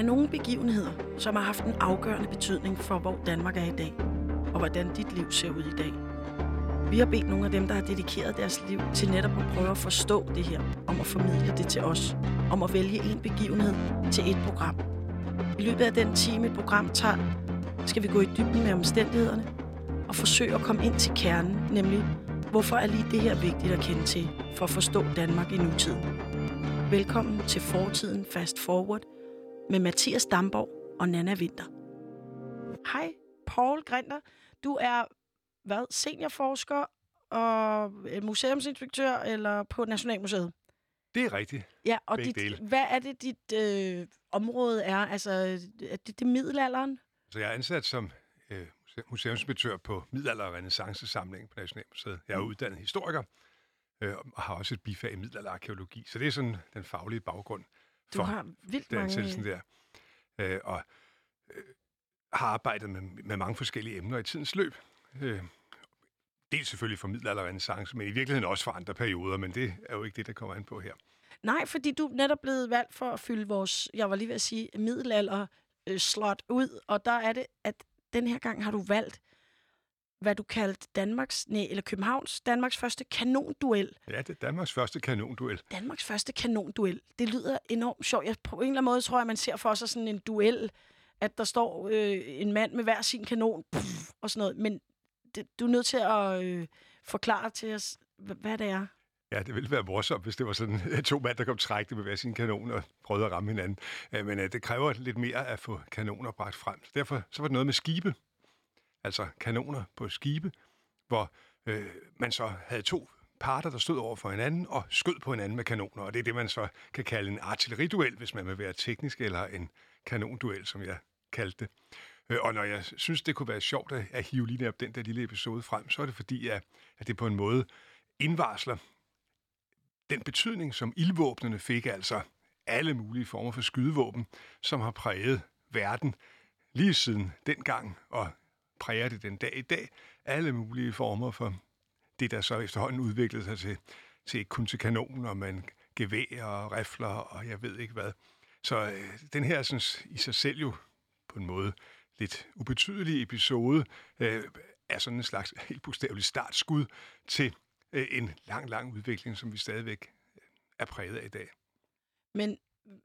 nogle begivenheder, som har haft en afgørende betydning for, hvor Danmark er i dag, og hvordan dit liv ser ud i dag. Vi har bedt nogle af dem, der har dedikeret deres liv til netop at prøve at forstå det her, om at formidle det til os, om at vælge en begivenhed til et program. I løbet af den time, et program tager, skal vi gå i dybden med omstændighederne og forsøge at komme ind til kernen, nemlig hvorfor er lige det her vigtigt at kende til for at forstå Danmark i nutiden. Velkommen til Fortiden Fast Forward med Mathias Damborg og Nanna Winther. Hej, Paul Grinter. Du er seniorforsker og museumsinspektør eller på Nationalmuseet? Det er rigtigt. Ja, og hvad er det, dit område er? Altså, er det middelalderen? Så jeg er ansat som museumsinspektør på middelalder- og renæssancesamlingen på Nationalmuseet. Jeg er uddannet historiker og har også et bifag i middelalderarkæologi. Så det er sådan den faglige baggrund for du har vildt den mange... ansættelsen der. Og har arbejdet med mange forskellige emner i tidens løb. Dels selvfølgelig for middelalder og renæssance, men i virkeligheden også for andre perioder, men det er jo ikke det, der kommer an på her. Nej, fordi du er netop blevet valgt for at fylde vores, jeg var lige ved at sige, middelalder-slot ud, og der er det, at den her gang har du valgt, hvad du kaldte Danmarks første kanonduel. Ja, det er Danmarks første kanonduel. Danmarks første kanonduel. Det lyder enormt sjovt. På en eller anden måde tror jeg, man ser for sig sådan en duel, at der står en mand med hver sin kanon, og sådan noget, men du er nødt til at forklare til os, hvad det er. Ja, det ville være morsomt, hvis det var sådan to mænd, der kom trækkende med hver sin kanon og prøvede at ramme hinanden. Men det kræver lidt mere at få kanoner bragt frem. Derfor så var det noget med skibe, altså kanoner på skibe, hvor man så havde to parter, der stod over for hinanden og skød på hinanden med kanoner. Og det er det, man så kan kalde en artilleriduel, hvis man vil være teknisk, eller en kanonduel, som jeg kaldte det. Og når jeg synes, det kunne være sjovt at hive lige op den der lille episode frem, så er det fordi, at det på en måde indvarsler den betydning, som ildvåbnene fik, altså alle mulige former for skydevåben, som har præget verden lige siden dengang, og præger det den dag i dag. Alle mulige former for det, der så efterhånden udviklede sig til ikke kun til kanoner, men gevær og rifler og jeg ved ikke hvad. Så den her synes i sig selv jo på en måde lidt ubetydelig episode er sådan en slags helt bogstaveligt startskud til en lang udvikling, som vi stadigvæk er præget af i dag. Men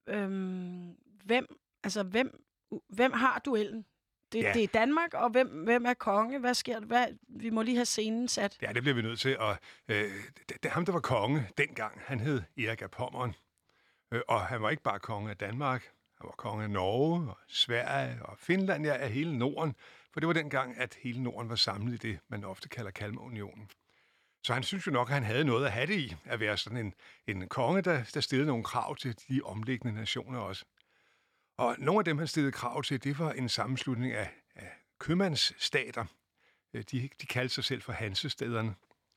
hvem har duellen? Det er Danmark, og hvem er konge? Hvad sker der? Vi må lige have scenen sat. Ja, det bliver vi nødt til. Og ham, der var konge dengang, han hed Erik af Pommern. Og han var ikke bare konge af Danmark, han var konge af Norge, og Sverige og Finland, ja, af hele Norden. For det var dengang, at hele Norden var samlet i det, man ofte kalder Kalmarunionen. Så han synes jo nok, at han havde noget at have det i, at være sådan en konge, der stillede nogle krav til de omliggende nationer også. Og nogle af dem, han stillede krav til, det var en sammenslutning af købmandsstater. De kaldte sig selv for hansestæderne.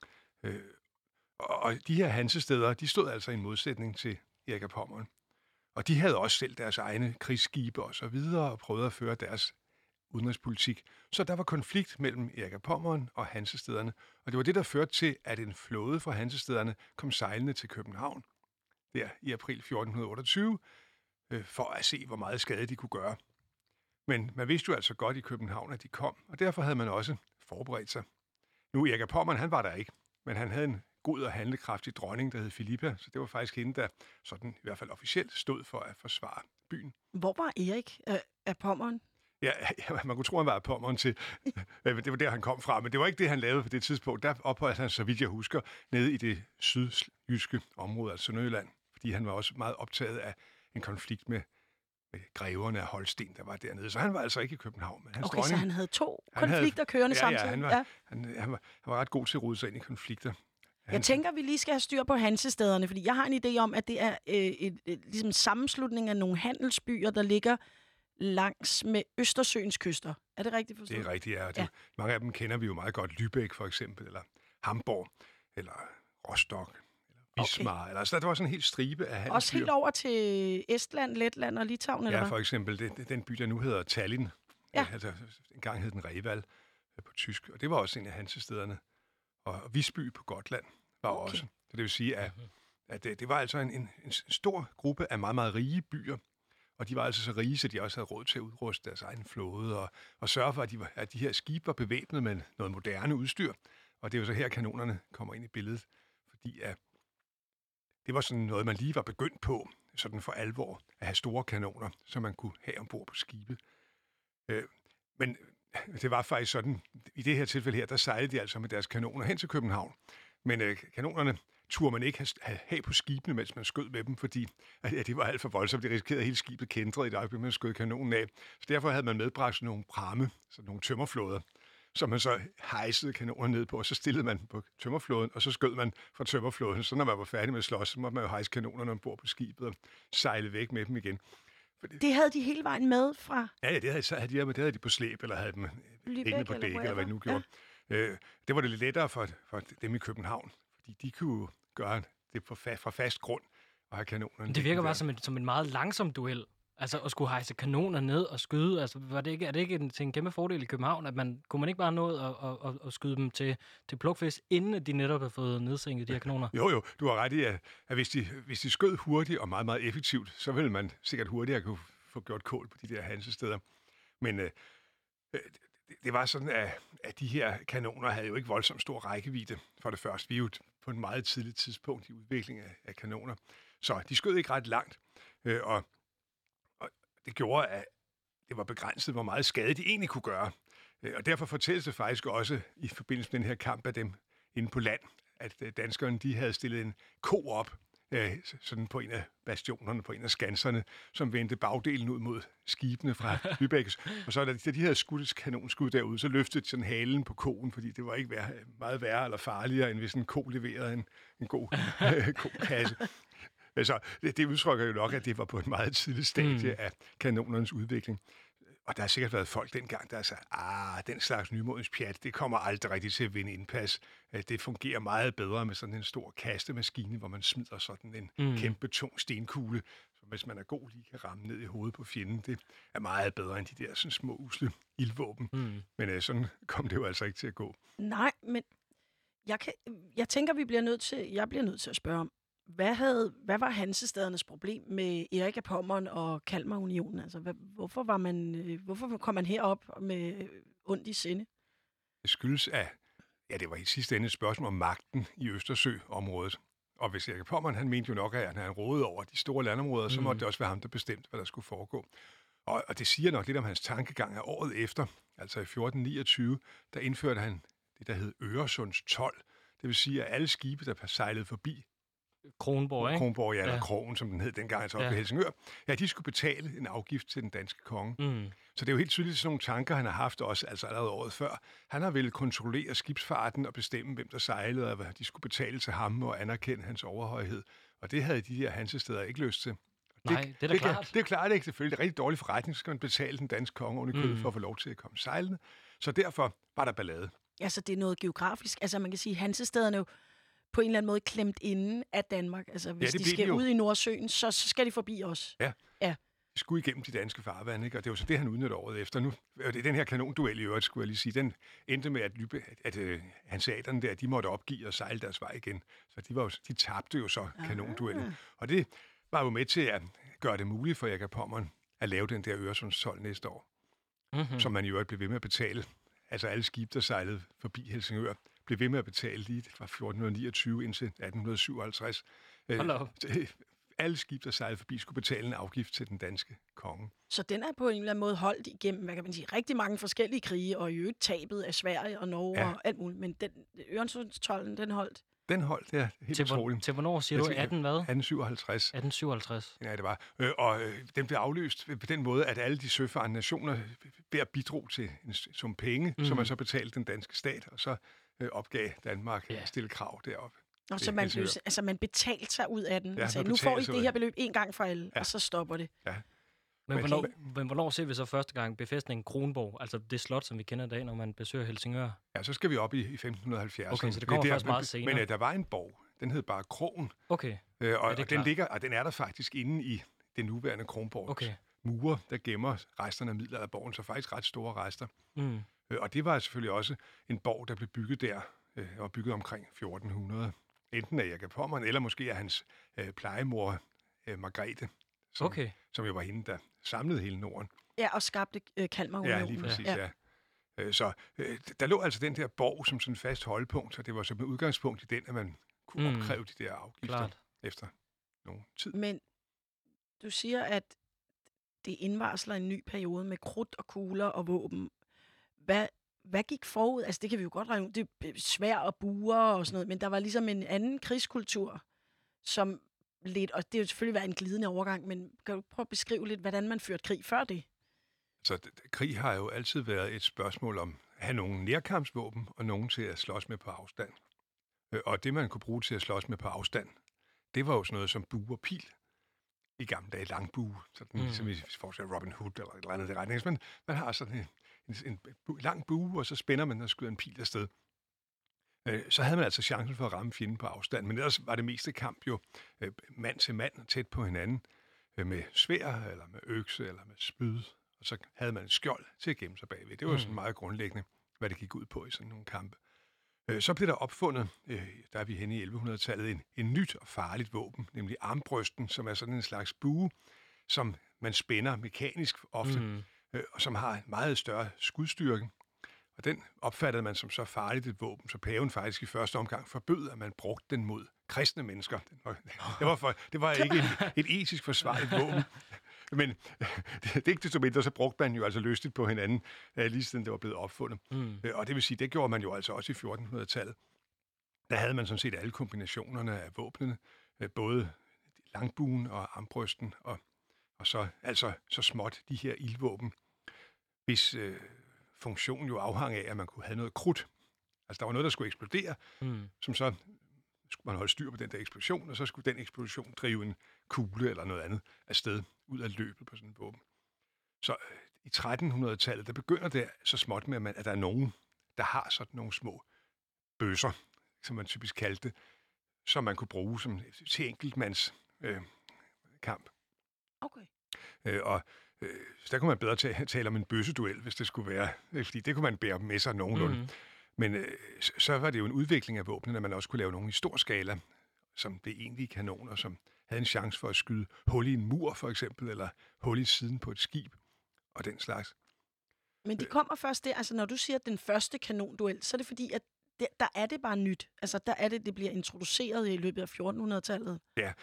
Og de her hansestæder, de stod altså i en modsætning til Erik af Pommern. Og de havde også selv deres egne krigsskibe og så videre, og prøvede at føre deres udenrigspolitik. Så der var konflikt mellem Erik af Pommern og hansestæderne, og det var det, der førte til, at en flåde fra hansestæderne kom sejlende til København der i april 1428, for at se, hvor meget skade de kunne gøre. Men man vidste jo altså godt i København, at de kom, og derfor havde man også forberedt sig. Nu, Erik af Pommern, han var der ikke, men han havde en god og handlekraftig dronning, der hed Filippa, så det var faktisk hende, der sådan i hvert fald officielt stod for at forsvare byen. Hvor var Erik af Pommern? Ja, man kunne tro, han var af Pommern til. Det var der, han kom fra, men det var ikke det, han lavede på det tidspunkt. Der opholdt han, så vidt jeg husker, nede i det sydjyske område, altså Sønderjylland, fordi han var også meget optaget af en konflikt med greverne af Holsten, der var dernede. Så han var altså ikke i København. Men dronning, så han havde to konflikter kørende samtidig? Ja, han var ret god til at rode sig ind i konflikter. Jeg tænker, vi lige skal have styr på hansestæderne, fordi jeg har en idé om, at det er ligesom en sammenslutning af nogle handelsbyer, der ligger langs med Østersøens kyster. Er det rigtigt forstået? Det er rigtigt, ja. Mange af dem kender vi jo meget godt. Lübeck for eksempel, eller Hamburg, eller Rostock, eller Wismar. Okay. Eller, der var sådan en helt stribe af handelsbyer. Også helt over til Estland, Letland og Litauen, eller ja, for eksempel den by, der nu hedder Tallinn. Ja. Altså, engang hed den Reval på tysk, og det var også en af hansestæderne. Og Visby på Gotland var også. Så det vil sige, at det var altså en stor gruppe af meget, meget rige byer. Og de var altså så rige, så de også havde råd til at udruste deres egen flåde og sørge for, at de her skibe var bevæbnet med noget moderne udstyr. Og det er jo så her, kanonerne kommer ind i billedet, fordi det var sådan noget, man lige var begyndt på, sådan for alvor, at have store kanoner, som man kunne have ombord på skibe. Men det var faktisk sådan, i det her tilfælde her, der sejlede de altså med deres kanoner hen til København. Men kanonerne turde man ikke have på skibene, mens man skød med dem, fordi det var alt for voldsomt. De risikerede, at hele skibet kændrede i det øjeblik, man skød kanonen af. Så derfor havde man medbragt sådan nogle pramme, sådan nogle tømmerflåder, som man så hejsede kanoner ned på, og så stillede man på tømmerflåden, og så skød man fra tømmerflåden. Så når man var færdig med at slås, så måtte man jo hejse kanonerne ombord på skibet og sejle væk med dem igen. Det havde de hele vejen med fra? Ja, det havde de på slæb, eller havde dem liggende på dæk, eller hvad de nu gjorde. Ja. Det var det lidt lettere for dem i København, fordi de kunne gøre det fra fast grund og have kanonerne. Det virker bare som en meget langsom duel. Altså at skulle hejse kanoner ned og skyde, altså er det ikke en kæmpe fordel i København, at kunne man ikke bare nå at skyde dem til plukfisk, inden de netop har fået nedsænket de her kanoner? Jo, du har ret i, at hvis de skød hurtigt og meget, meget effektivt, så ville man sikkert hurtigere kunne få gjort kål på de der hansesteder. Men det var sådan, at de her kanoner havde jo ikke voldsomt stor rækkevidde for det første. Vi er jo på et meget tidligt tidspunkt i udviklingen af kanoner. Så de skød ikke ret langt, og det gjorde, at det var begrænset, hvor meget skade de egentlig kunne gøre. Og derfor fortælles det faktisk også i forbindelse med den her kamp af dem inde på land, at danskerne de havde stillet en ko op, sådan på en af bastionerne, på en af skanserne, som vendte bagdelen ud mod skibene fra Lübeck. Og så da de havde skudt kanonskud derude, så løftede sådan halen på koen, fordi det var ikke meget værre eller farligere, end hvis en ko leverede en god kokasse. Så det udtrykker jo nok, at det var på et meget tidligt stadie af kanonernes udvikling. Og der har sikkert været folk dengang, der sagde, den slags nymodens pjat, det kommer aldrig rigtig til at vinde indpas. Det fungerer meget bedre med sådan en stor kastemaskine, hvor man smider sådan en kæmpe tung stenkugle, som hvis man er god lige kan ramme ned i hovedet på fjenden. Det er meget bedre end de der sådan små usle ildvåben. Men sådan kom det jo altså ikke til at gå. Nej, men jeg tænker, jeg bliver nødt til at spørge om, hvad var hansestadernes problem med Erik af Pommern og Kalmarunionen? Altså, hvorfor kom man herop med ondt i sinde? Det skyldes, at det var i sidste ende et spørgsmål om magten i Østersøområdet. Og hvis Erik af Pommern, han mente jo nok, at han rådede over de store landområder, så måtte det også være ham, der bestemte, hvad der skulle foregå. Og det siger nok lidt om hans tankegang af året efter, altså i 1429, der indførte han det, der hed Øresunds told. Det vil sige, at alle skibe, der sejlede forbi Kronborg, ikke? Kronborg, eller Krogen, som den hed dengang, altså oppe i Helsingør. Ja, de skulle betale en afgift til den danske konge. Så det er jo helt tydeligt sådan nogle tanker, han har haft også, altså allerede året før. Han har vel kontrollere skibsfarten og bestemme, hvem der sejlede, og hvad de skulle betale til ham og anerkende hans overhøjhed. Og det havde de her hansesteder ikke lyst til. Nej, det er da klart. Det er klart ikke, selvfølgelig. Det er rigtig dårlig forretning, så skal man betale den danske konge oven i købet for at få lov til at komme sejlende. Så derfor var der ballade. Altså, det er noget geografisk. Altså, man kan sige, hansestederne jo på en eller anden måde klemt inden af Danmark. Altså, hvis de skal ud i Nordsøen, så skal de forbi os. Ja. De skulle igennem de danske farvande, ikke? Og det var så det, han udnyttede året efter. Nu, det er den her kanonduel i øvrigt, skulle jeg lige sige, den endte med, at hanseaterne der, de måtte opgive og sejle deres vej igen. Så de tabte jo så kanonduellen. Og det var jo med til at gøre det muligt for Erik af Pommern at lave den der Øresundstold næste år, som man i øvrigt blev ved med at betale. Altså alle skibe, der sejlede forbi Helsingør, blev ved med at betale lige fra 1429 indtil 1857. Alle skibe, der sejlede forbi, skulle betale en afgift til den danske konge. Så den er på en eller anden måde holdt igennem, hvad kan man sige, rigtig mange forskellige krige, og i øvrigt tabet af Sverige og Norge og alt muligt. Men Øresundstolden, den holdt. Den holdt, ja, helt utroligt. Til hvornår siger du? 1857. 1857. Ja, det var. Og den blev afløst på den måde, at alle de søfarende nationer der bidrog til som penge, som man så betalte den danske stat, og så opgav Danmark stille krav deroppe. Og så man betalte sig ud af den. Ja, altså, nu får I det her beløb en gang for alle, og så stopper det. Ja. Men hvornår ser vi så første gang befæstningen Kronborg, altså det slot, som vi kender i dag, når man besøger Helsingør? Ja, så skal vi op i 1570. Okay, så det kommer først meget senere. Men der var en borg, den hed bare Krogen. Okay. Og den er der faktisk inde i det nuværende Kronborgs mure, der gemmer resterne af middelalderborgen, så faktisk ret store rester. Og det var selvfølgelig også en borg, der blev bygget der, og bygget omkring 1400. Enten af Erik af Pommern, eller måske af hans plejemor, Margrethe, som jo var hende, der samlede hele Norden. Ja, og skabte Kalmarunionen. Ja, lige præcis, ja. Så der lå altså den der borg som sådan en fast holdepunkt, så det var som et udgangspunkt i den, at man kunne opkræve de der afgifter efter nogen tid. Men du siger, at det indvarsler en ny periode med krudt og kugler og våben. Hvad gik forud? Altså, det kan vi jo godt regne ud. Det er svær og buer og sådan noget, men der var ligesom en anden krigskultur, som lidt, og det er jo selvfølgelig været en glidende overgang, men kan du prøve at beskrive lidt, hvordan man førte krig før det? Så krig har jo altid været et spørgsmål om at have nogle nærkampsvåben og nogen til at slås med på afstand. Og det, man kunne bruge til at slås med på afstand, det var jo sådan noget som bue og pil. I gamle dage langbue, sådan ligesom vi forestiller Robin Hood eller et eller andet i retning. Man har sådan en lang bue, og så spænder man og skyder en pil afsted. Så havde man altså chancen for at ramme fjenden på afstand, men ellers var det meste kamp jo mand til mand tæt på hinanden, med sværd eller med økse eller med spyd, og så havde man et skjold til at gemme sig bagved. Det var sådan meget grundlæggende, hvad det gik ud på i sådan nogle kampe. Så blev der opfundet, der er vi henne i 1100-tallet, en nyt og farligt våben, nemlig armbrysten, som er sådan en slags bue, som man spænder mekanisk ofte, og som har en meget større skudstyrke. Og den opfattede man som så farligt et våben, så paven faktisk i første omgang forbød, at man brugte den mod kristne mennesker. Det var ikke et etisk forsvarligt våben. Men det ikke desto mindre, så brugte man jo altså lystigt på hinanden, lige siden det var blevet opfundet. Og det vil sige, det gjorde man jo altså også i 1400-tallet. Der havde man sådan set alle kombinationerne af våbnene, både langbuen og armbrysten, og så altså så småt de her ildvåben, hvis funktion jo afhang af, at man kunne have noget krudt. Altså der var noget, der skulle eksplodere, som så skulle man holde styr på den der eksplosion, og så skulle den eksplosion drive en kugle eller noget andet afsted ud af løbet på sådan en våben. Så i 1300-tallet, der begynder det så småt med, at der er nogen, der har sådan nogle små bøsser, som man typisk kaldte det, som man kunne bruge til enkeltmands kamp. Okay. Så der kunne man bedre tale om en bøsseduel, hvis det skulle være, fordi det kunne man bære med sig nogenlunde. Men så var det jo en udvikling af våbnene, at man også kunne lave nogle i stor skala, som det egentlige kanoner, som havde en chance for at skyde hul i en mur, for eksempel, eller hul i siden på et skib, og den slags. Men det kommer først der, altså når du siger den første kanonduel, så er det fordi, at der er det bare nyt. Altså der er det bliver introduceret i løbet af 1400-tallet. Ja,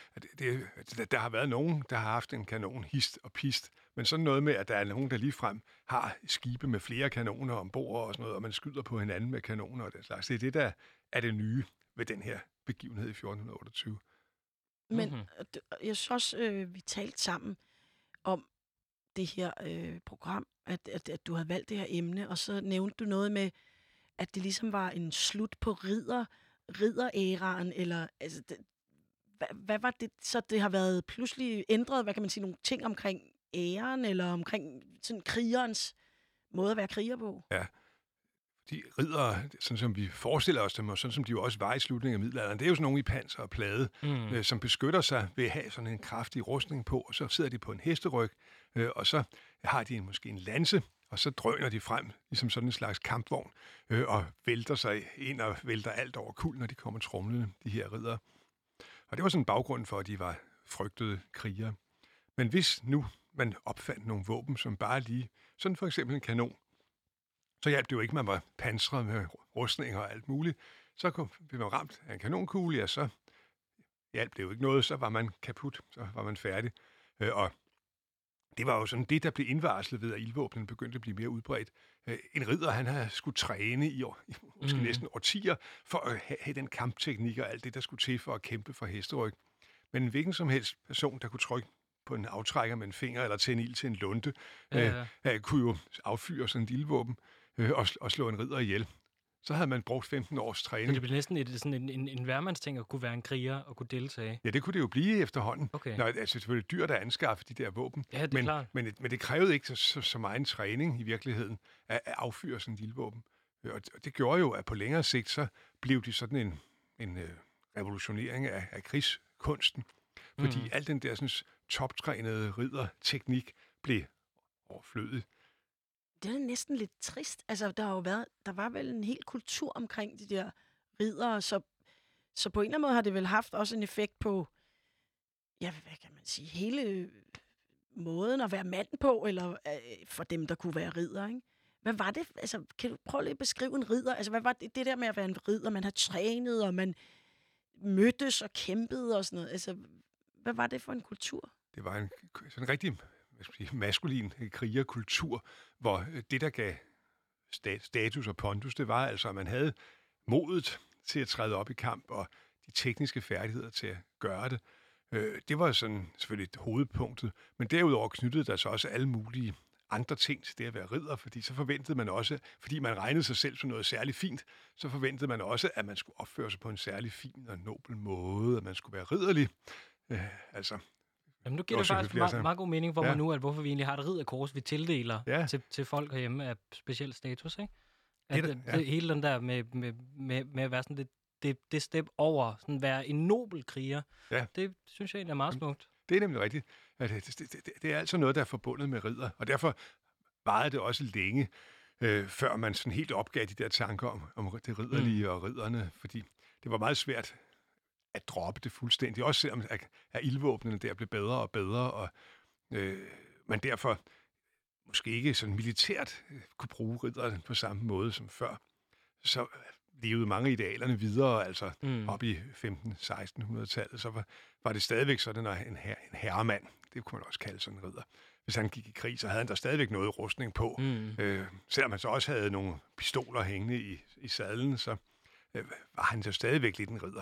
der har været nogen, der har haft en kanon, hist og pist, men sådan noget med, at der er nogen, der ligefrem har skibe med flere kanoner ombord og sådan noget, og man skyder på hinanden med kanoner og den slags. Det er det, der er det nye ved den her begivenhed i 1428. Men jeg synes også, vi talte sammen om det her program, at du havde valgt det her emne, og så nævnte du noget med, at det ligesom var en slut på ridderæraen, eller altså, hvad var det, så det har været pludselig ændret, hvad kan man sige, nogle ting omkring æren, eller omkring sådan krigerens måde at være kriger på? Ja, de riddere, sådan som vi forestiller os dem, og sådan som de jo også var i slutningen af middelalderen, det er jo sådan nogle i panser og plade, som beskytter sig ved at have sådan en kraftig rustning på, og så sidder de på en hesteryg, og så har de måske en lanse, og så drøner de frem, ligesom sådan en slags kampvogn, og vælter sig ind og vælter alt over kul, når de kommer tromlende, de her riddere. Og det var sådan en baggrund for, at de var frygtede krigere. Men hvis nu man opfandt nogle våben, som bare lige, sådan for eksempel en kanon, så hjalp det jo ikke, man var pansret med rustninger og alt muligt. Så blev man ramt af en kanonkugle, og så hjalp det jo ikke noget, så var man kaput, så var man færdig. Og det var jo sådan det, der blev indvarslet ved, at ildvåbnen begyndte at blive mere udbredt. En ridder, han havde skulle træne i måske næsten årtier, for at have den kampteknik og alt det, der skulle til for at kæmpe for hesteryg. Men en hvilken som helst person, der kunne trykke på en aftrækker med en finger, eller tænde ild til en lunte, kunne jo affyre sådan et ildvåben og slå en ridder ihjel. Så havde man brugt 15 års træning. Så det blev næsten sådan en værmandsting at kunne være en kriger og kunne deltage? Ja, det kunne det jo blive efterhånden. Okay. Nå, altså selvfølgelig dyrt at anskaffe de der våben. Ja, det er klart. Men det krævede ikke så meget en træning i virkeligheden at affyre sådan et ildvåben. Og det gjorde jo, at på længere sigt, så blev de sådan en revolutionering af krigskunsten. Fordi al den der sådan, toptrænede ridderteknik blev overflødig. Det er næsten lidt trist. Altså, der var vel en hel kultur omkring de der riddere, så på en eller anden måde har det vel haft også en effekt på, ja, hvad kan man sige, hele måden at være mand på, eller for dem, der kunne være ridder, ikke? Hvad var det? Altså, kan du prøve lige at beskrive en ridder? Altså, hvad var det der med at være en ridder? Man har trænet, og man mødtes og kæmpede og sådan noget. Altså, hvad var det for en kultur? Det var en sådan rigtig maskulin krigerkultur, hvor det, der gav status og pondus, det var altså, at man havde modet til at træde op i kamp, og de tekniske færdigheder til at gøre det. Det var sådan selvfølgelig hovedpunktet, men derudover knyttede der sig også alle mulige andre ting til det at være ridder, fordi så forventede man også, fordi man regnede sig selv som noget særligt fint, så forventede man også, at man skulle opføre sig på en særlig fin og nobel måde, at man skulle være ridderlig. Jamen, nu giver det faktisk meget god mening for mig nu, at hvorfor vi egentlig har et ridderkors, vi tildeler til folk herhjemme af speciel status, ikke? At hele den der med at være sådan det step over, sådan være en nobel kriger, det synes jeg egentlig er meget smukt. Det er nemlig rigtigt. Det er altså noget, der er forbundet med ridder, og derfor varede det også længe, før man sådan helt opgav de der tanker om det ridderlige og ridderne, fordi det var meget svært at droppe det fuldstændig, også selvom at ildvåbnene der blev bedre og bedre, og man derfor måske ikke sådan militært kunne bruge ridderne på samme måde som før. Så levede mange idealerne videre, altså op i 1500-1600-tallet, så var det stadigvæk sådan en herremand, det kunne man også kalde sådan en ridder. Hvis han gik i krig, så havde han der stadigvæk noget rustning på. Selvom han så også havde nogle pistoler hængende i sadlen, så var han så stadigvæk lidt en ridder.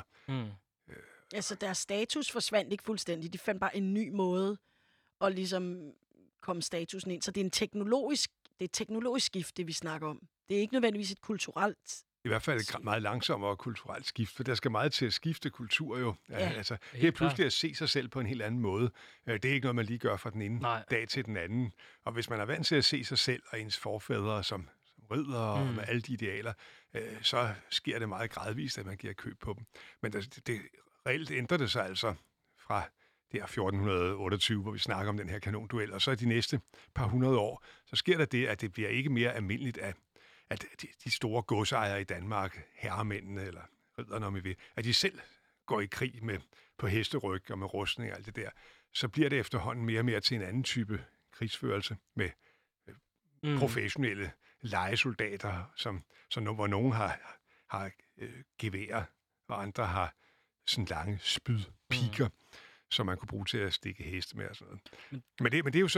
Altså, deres status forsvandt ikke fuldstændig. De fandt bare en ny måde at ligesom komme statusen ind. Så det er et teknologisk skift, det vi snakker om. Det er ikke nødvendigvis et kulturelt. I hvert fald et meget langsommere kulturelt skift, for der skal meget til at skifte kultur jo. Altså, det er pludselig at se sig selv på en helt anden måde. Det er ikke noget, man lige gør fra den ene dag til den anden. Og hvis man er vant til at se sig selv og ens forfædre som ridder og med alle de idealer, så sker det meget gradvist, at man giver køb på dem. Men det reelt ændrer det sig altså fra der 1428, hvor vi snakker om den her kanonduel, og så de næste par hundrede år, så sker der det, at det bliver ikke mere almindeligt, at de store godsejere i Danmark, herremændene eller ridderne, om vi vil, at de selv går i krig på hesteryg og med rustning og alt det der, så bliver det efterhånden mere og mere til en anden type krigsførelse med professionelle lejesoldater, hvor nogen har geværer, og andre har sådan lange spydpiker, som man kunne bruge til at stikke heste med og sådan noget. Men det er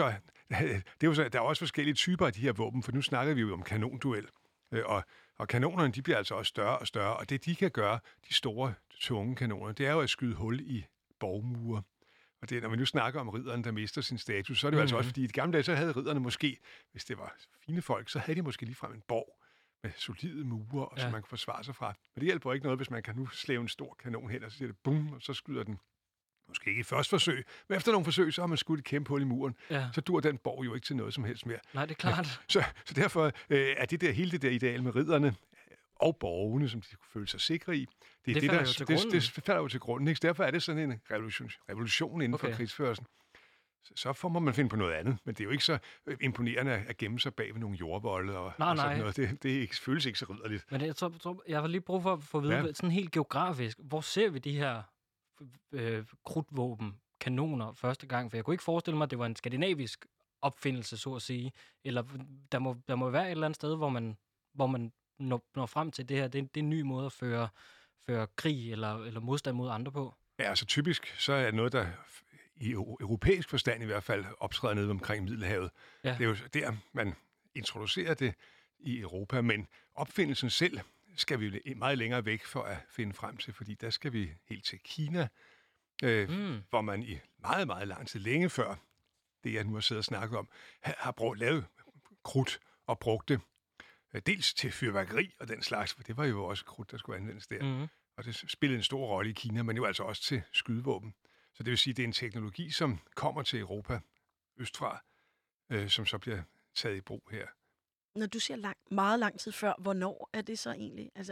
jo så, der er også forskellige typer af de her våben, for nu snakker vi jo om kanonduel, og kanonerne, de bliver altså også større og større, og det de kan gøre, de store, tunge kanoner, det er jo at skyde hul i borgmure. Og det, når vi nu snakker om ridderen, der mister sin status, så er det jo altså også, fordi i de gamle dage, så havde ridderne måske, hvis det var fine folk, så havde de måske ligefrem en borg med solide mure, og så man kunne forsvare sig fra. Men det hjælper ikke noget, hvis man kan nu slæve en stor kanon hen, og så siger det bum, og så skyder den. Måske ikke i første forsøg, men efter nogle forsøg, så har man skudt et kæmpe hul i muren. Ja. Så dur den borg jo ikke til noget som helst mere. Nej, det er klart. Så derfor er hele det der ideal med ridderne og borgene, som de kunne føle sig sikre i, det falder jo til grunden. Ikke? Derfor er det sådan en revolution inden for krigsførelsen. Så får man finde på noget andet, men det er jo ikke så imponerende at gemme sig bag ved nogle jordvolde og sådan noget. Det føles ikke så ridderligt. Men jeg har lige brug for at få at vide, sådan helt geografisk, hvor ser vi de her krudtvåben, kanoner første gang? For jeg kunne ikke forestille mig, at det var en skandinavisk opfindelse, så at sige. Eller der må være et eller andet sted, hvor man når frem til det her. Det er en ny måde at føre krig eller modstand mod andre på. Ja, altså typisk så er det noget, der i europæisk forstand i hvert fald optræder nede omkring Middelhavet. Ja. Det er jo der, man introducerer det i Europa, men opfindelsen selv skal vi meget længere væk for at finde frem til, fordi der skal vi helt til Kina, hvor man i meget, meget lang tid, længe før det, jeg nu har siddet og snakket om, har lavet krudt og brugt det dels til fyrværkeri og den slags, for det var jo også krudt, der skulle anvendes der. Og det spillede en stor rolle i Kina, men jo altså også til skydevåben. Så det vil sige, at det er en teknologi, som kommer til Europa østfra, som så bliver taget i brug her. Når du siger meget lang tid før, hvornår er det så egentlig? Altså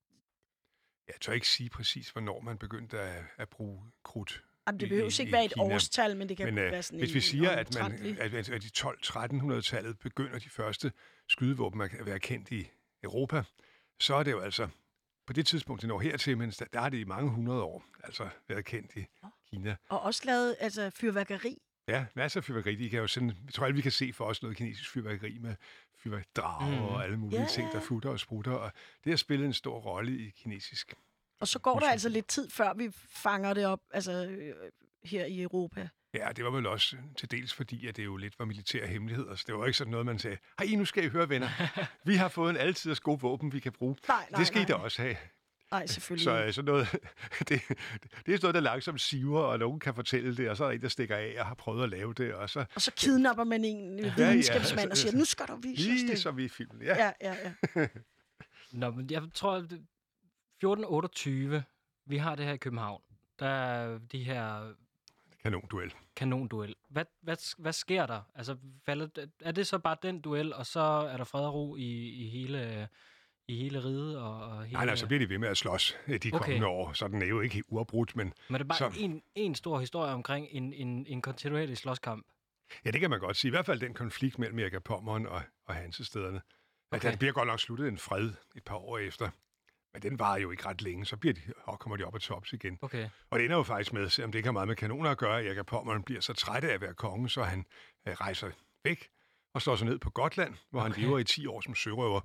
Jeg tør ikke sige præcis, hvornår man begyndte at bruge krudt. Jamen, det behøver ikke være et årstal, men det kan være sådan hvis vi siger, at i 1200-1300-tallet begynder de første skydevåben at være kendt i Europa, så er det jo altså på det tidspunkt, det når hertil, men der er det i mange hundrede år altså været kendt i Kina. Og også lavet fyrværkeri Ja, masser af fyrværkeri. De kan jo sådan, jeg tror alle, vi kan se for os noget kinesisk fyrværkeri med fyrværkeridrager og alle mulige ting, der futter og sprutter. Og det har spillet en stor rolle i kinesisk. Og så går der altså lidt tid, før vi fanger det op, altså her i Europa. Ja, det var vel også til dels fordi, at det jo lidt var militære hemmeligheder. Så det var ikke sådan noget, man sagde, hej, nu skal I høre, venner. Vi har fået en altid gode våben, vi kan bruge. Nej, det skal I da også have. Nej, selvfølgelig. Så noget, det er sådan noget, der langsomt siver, og nogen kan fortælle det, og så er der en, der stikker af og har prøvet at lave det. Og så kidnapper man en videnskabsmand og siger, nu skal du vise os det. Lige som i filmen, ja. Ja. Nå, men jeg tror, at 1428, vi har det her i København. Der er de her... Kanonduel. Hvad sker der? Altså, er det så bare den duel, og så er der fred og ro i hele riget? Og hele... Nej, så bliver de ved med at slås de kommende år, så den er jo ikke helt uafbrudt, men... Men det er bare en stor historie omkring en kontinuerlig slåskamp. Ja, det kan man godt sige. I hvert fald den konflikt mellem Erik af Pommern og Hansestæderne. Okay. Der bliver godt nok sluttet en fred et par år efter. Men den varer jo ikke ret længe, så kommer de op og tops igen. Okay. Og det ender jo faktisk med, selvom det ikke har meget med kanoner at gøre, Erik af Pommern bliver så træt af at være konge, så han rejser væk og slår sig ned på Gotland, hvor han lever i 10 år som sørøver.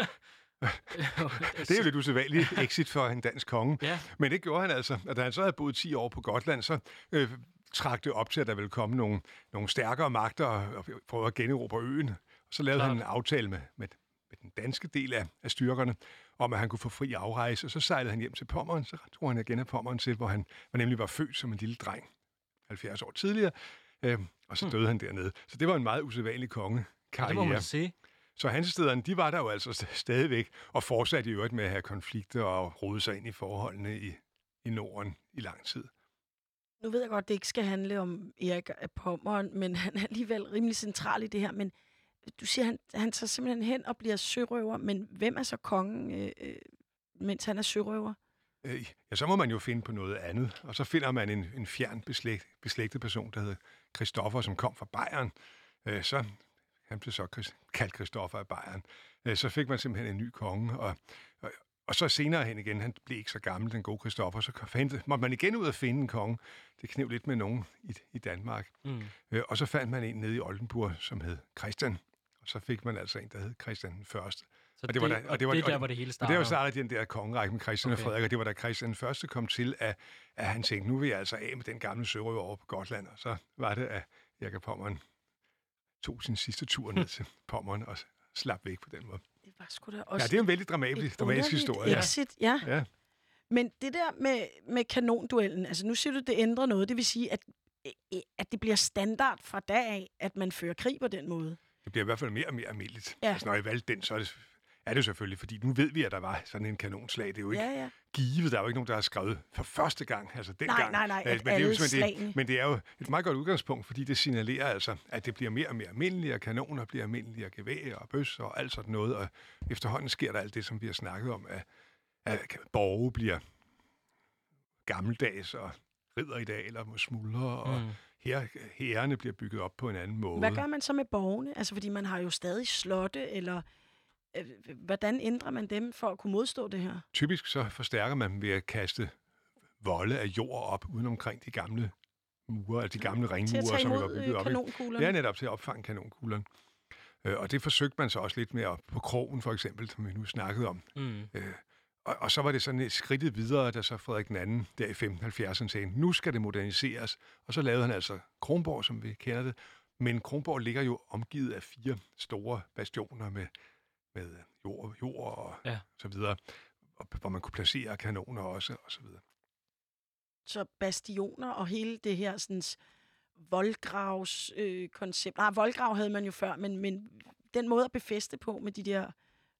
Det er jo lidt usædvanligt exit for en dansk konge. Ja. Men det gjorde han altså. Og da han så havde boet 10 år på Gotland, så trak det op til, at der ville komme nogle stærkere magter og prøve at generobre øen. Og så lavede han en aftale med den danske del af styrkerne, om at han kunne få fri afrejse. Og så sejlede han hjem til Pommern, så tog han igen af Pommern til, hvor han nemlig var født som en lille dreng, 70 år tidligere, og så døde han dernede. Så det var en meget usædvanlig kongekarriere. Det må man sige. Så Hansestæderne, de var der jo altså stadigvæk, og fortsatte i øvrigt med at have konflikter og rode sig ind i forholdene i Norden i lang tid. Nu ved jeg godt, det ikke skal handle om Erik af Pommern, men han er alligevel rimelig central i det her. Men du siger, han tager simpelthen hen og bliver sørøver, men hvem er så kongen, mens han er sørøver? Ja, så må man jo finde på noget andet, og så finder man en fjern beslægtet person, der hedder Christoffer, som kom fra Bayern. Så han blev så kaldt Christoffer af Bayern. Så fik man simpelthen en ny konge, og så senere hen igen, han blev ikke så gammel, den gode Christoffer, så måtte man igen ud at finde en konge. Det kneb lidt med nogen i Danmark. Og så fandt man en nede i Oldenburg, som hed Christian. Og så fik man altså en, der hed Christian den Første. Så det var der, hvor det hele startede? Det var startet den der kongerække med Christian og Frederik, og det var da Christian den Første kom til, at han tænkte, nu vil jeg altså af med den gamle sørøver over på Gotland. Og så var det, at Erik af Pommern tog sin sidste tur ned til Pommern og slap væk på den måde. Det var sgu da også... Ja, det er en vældig dramatisk historie. Exit, ja. Men det der med kanonduellen, altså nu siger du, det ændrer noget. Det vil sige, at det bliver standard fra dag af, at man fører krig på den måde. Det bliver i hvert fald mere og mere almindeligt. Ja. Altså, når jeg valgte den, så er det selvfølgelig, fordi nu ved vi, at der var sådan en kanonslag. Det er jo ikke givet. Der er jo ikke nogen, der har skrevet for første gang. Altså dengang. Nej, men det er jo et meget godt udgangspunkt, fordi det signalerer altså, at det bliver mere og mere almindeligt, og kanoner bliver almindelige, og geværer og bøsser og alt sådan noget. Og efterhånden sker der alt det, som vi har snakket om, at borge bliver gammeldags og ridderidealer må smuldre, og hærene bliver bygget op på en anden måde. Hvad gør man så med borgene? Altså, fordi man har jo stadig slotte, eller hvordan ændrer man dem for at kunne modstå det her? Typisk så forstærker man dem ved at kaste volde af jord op uden omkring de gamle mure, altså de gamle ringmure, som var bygget op. Kanonkuglerne? Ja, netop til at opfange kanonkuglerne. Og det forsøgte man så også lidt mere på Krogen, for eksempel, som vi nu snakkede om. Og så var det sådan et skridtet videre, da så Frederik II der i 1570'erne sagde, nu skal det moderniseres. Og så lavede han altså Kronborg, som vi kender det. Men Kronborg ligger jo omgivet af 4 store bastioner med jord og så videre, hvor man kunne placere kanoner også, og så videre. Så bastioner og hele det her sådan, voldgravskoncept. Voldgrav havde man jo før, men den måde at befæste på med de der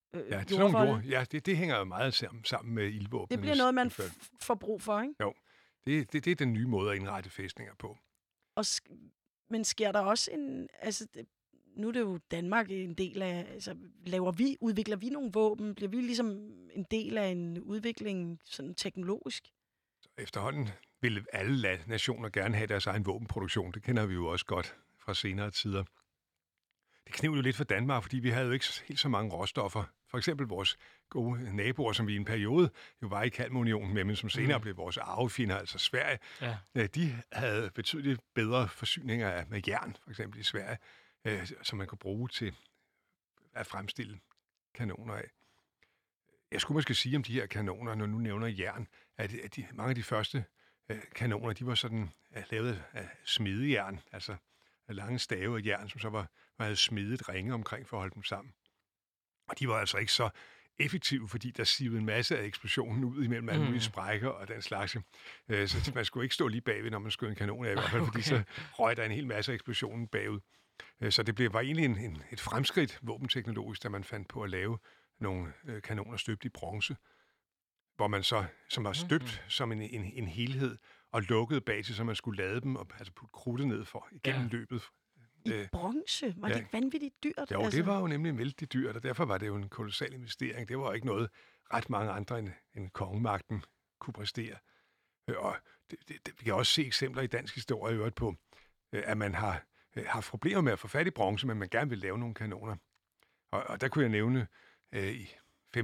det hænger jo meget sammen med ildvåbnene. Det bliver noget, man får brug for, ikke? Jo, det er den nye måde at indrette fæstninger på. Men sker der også nu er det jo Danmark en del af, altså udvikler vi nogle våben? Bliver vi ligesom en del af en udvikling sådan teknologisk? Efterhånden vil alle nationer gerne have deres egen våbenproduktion. Det kender vi jo også godt fra senere tider. Det kneb jo lidt for Danmark, fordi vi havde jo ikke helt så mange råstoffer For eksempel vores gode naboer, som vi i en periode jo var i Kalmarunionen med, men som senere blev vores arvefjender, altså Sverige. Ja. De havde betydeligt bedre forsyninger med jern, for eksempel i Sverige, som man kunne bruge til at fremstille kanoner af. Jeg skulle måske sige om de her kanoner, når nu nævner jern, at mange af de første kanoner, de var sådan lavet af smedejern, altså lange stave af jern, som så man havde smedet ringe omkring for at holde dem sammen. Og de var altså ikke så effektive, fordi der sivede en masse af eksplosionen ud imellem alle mulige sprækker og den slags. Så man skulle ikke stå lige bagved, når man skød en kanon af, i hvert fald, fordi så røg der en hel masse af eksplosionen bagud. Så det var egentlig et fremskridt våbenteknologisk, da man fandt på at lave nogle kanoner støbt i bronze, hvor man så, som var støbt som en helhed, og lukket bag til, så man skulle lade dem, og altså putte krudtet ned for igennem løbet. I bronze? Var det ikke vanvittigt dyrt? Jo, det var jo nemlig vældig dyrt, og derfor var det jo en kolossal investering. Det var jo ikke noget, ret mange andre end kongemagten kunne præstere. Og vi kan også se eksempler i dansk historie i øvrigt på, at man har haft problemer med at få fat i bronze, men man gerne vil lave nogle kanoner. Og der kunne jeg nævne, i 1527-28,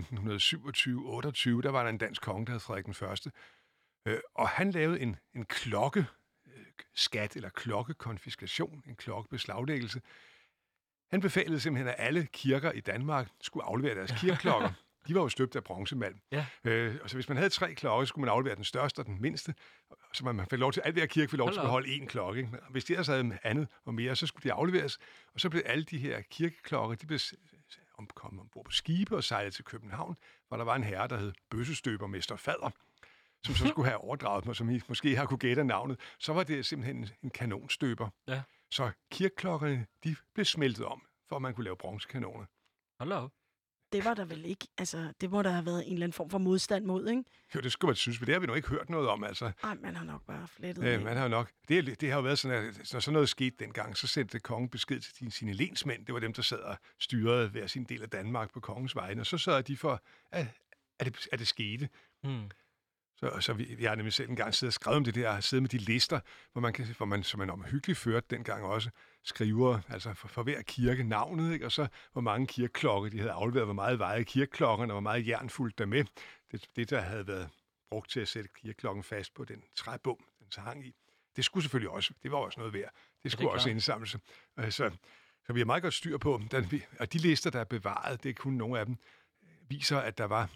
der var der en dansk konge, der hed Frederik den Første, og han lavede en klokkeskat, eller klokkekonfiskation, en klokkebeslaglæggelse. Han befalede simpelthen, at alle kirker i Danmark skulle aflevere deres kirkeklokker. De var jo støbt af bronzemalm. Ja. Og så hvis man havde 3 klokker, skulle man aflevere den største og den mindste. Så man fik lov til, alt hver kirke fik lov til at beholde 1 klokke. Ikke? Hvis de ellers havde andet og mere, så skulle de afleveres. Og så blev alle de her kirkeklokker, de blev kom ombord på skibe og sejlede til København, hvor der var en herre, der hed bøssestøbermester Fader, som så skulle have overdraget mig, som I måske har kunne gætte navnet. Så var det simpelthen en kanonstøber. Ja. Så kirkeklokkerne, de blev smeltet om, for at man kunne lave bronzekanoner. Hallo. Det var der vel ikke, altså det må der have været en eller anden form for modstand mod, ikke? Jo, det skulle man synes, men det har vi nok ikke hørt noget om, altså. Nej, man har nok bare flettet man har nok. Det har jo været sådan, at når sådan noget skete dengang, så sendte kongen besked til sine lensmænd. Det var dem, der sad og styrede hver sin del af Danmark på kongens vegne, og så sørgede de for, at det skete. Så vi har nemlig selv engang siddet og skrevet om det der, siddet med de lister, hvor man som man omhyggeligt førte dengang også, skriver, altså for hver kirke navnet, ikke? Og så hvor mange kirkeklokker de havde afleveret, hvor meget vejede kirkeklokkerne, og hvor meget jern fulgte der med. Det, der havde været brugt til at sætte kirkeklokken fast på den træbom, den så hang i. Det skulle selvfølgelig også, det var også noget værd. Det skulle også indsamles. Så vi har meget godt styr på, og de lister, der er bevaret, det er kun nogle af dem, viser, at der var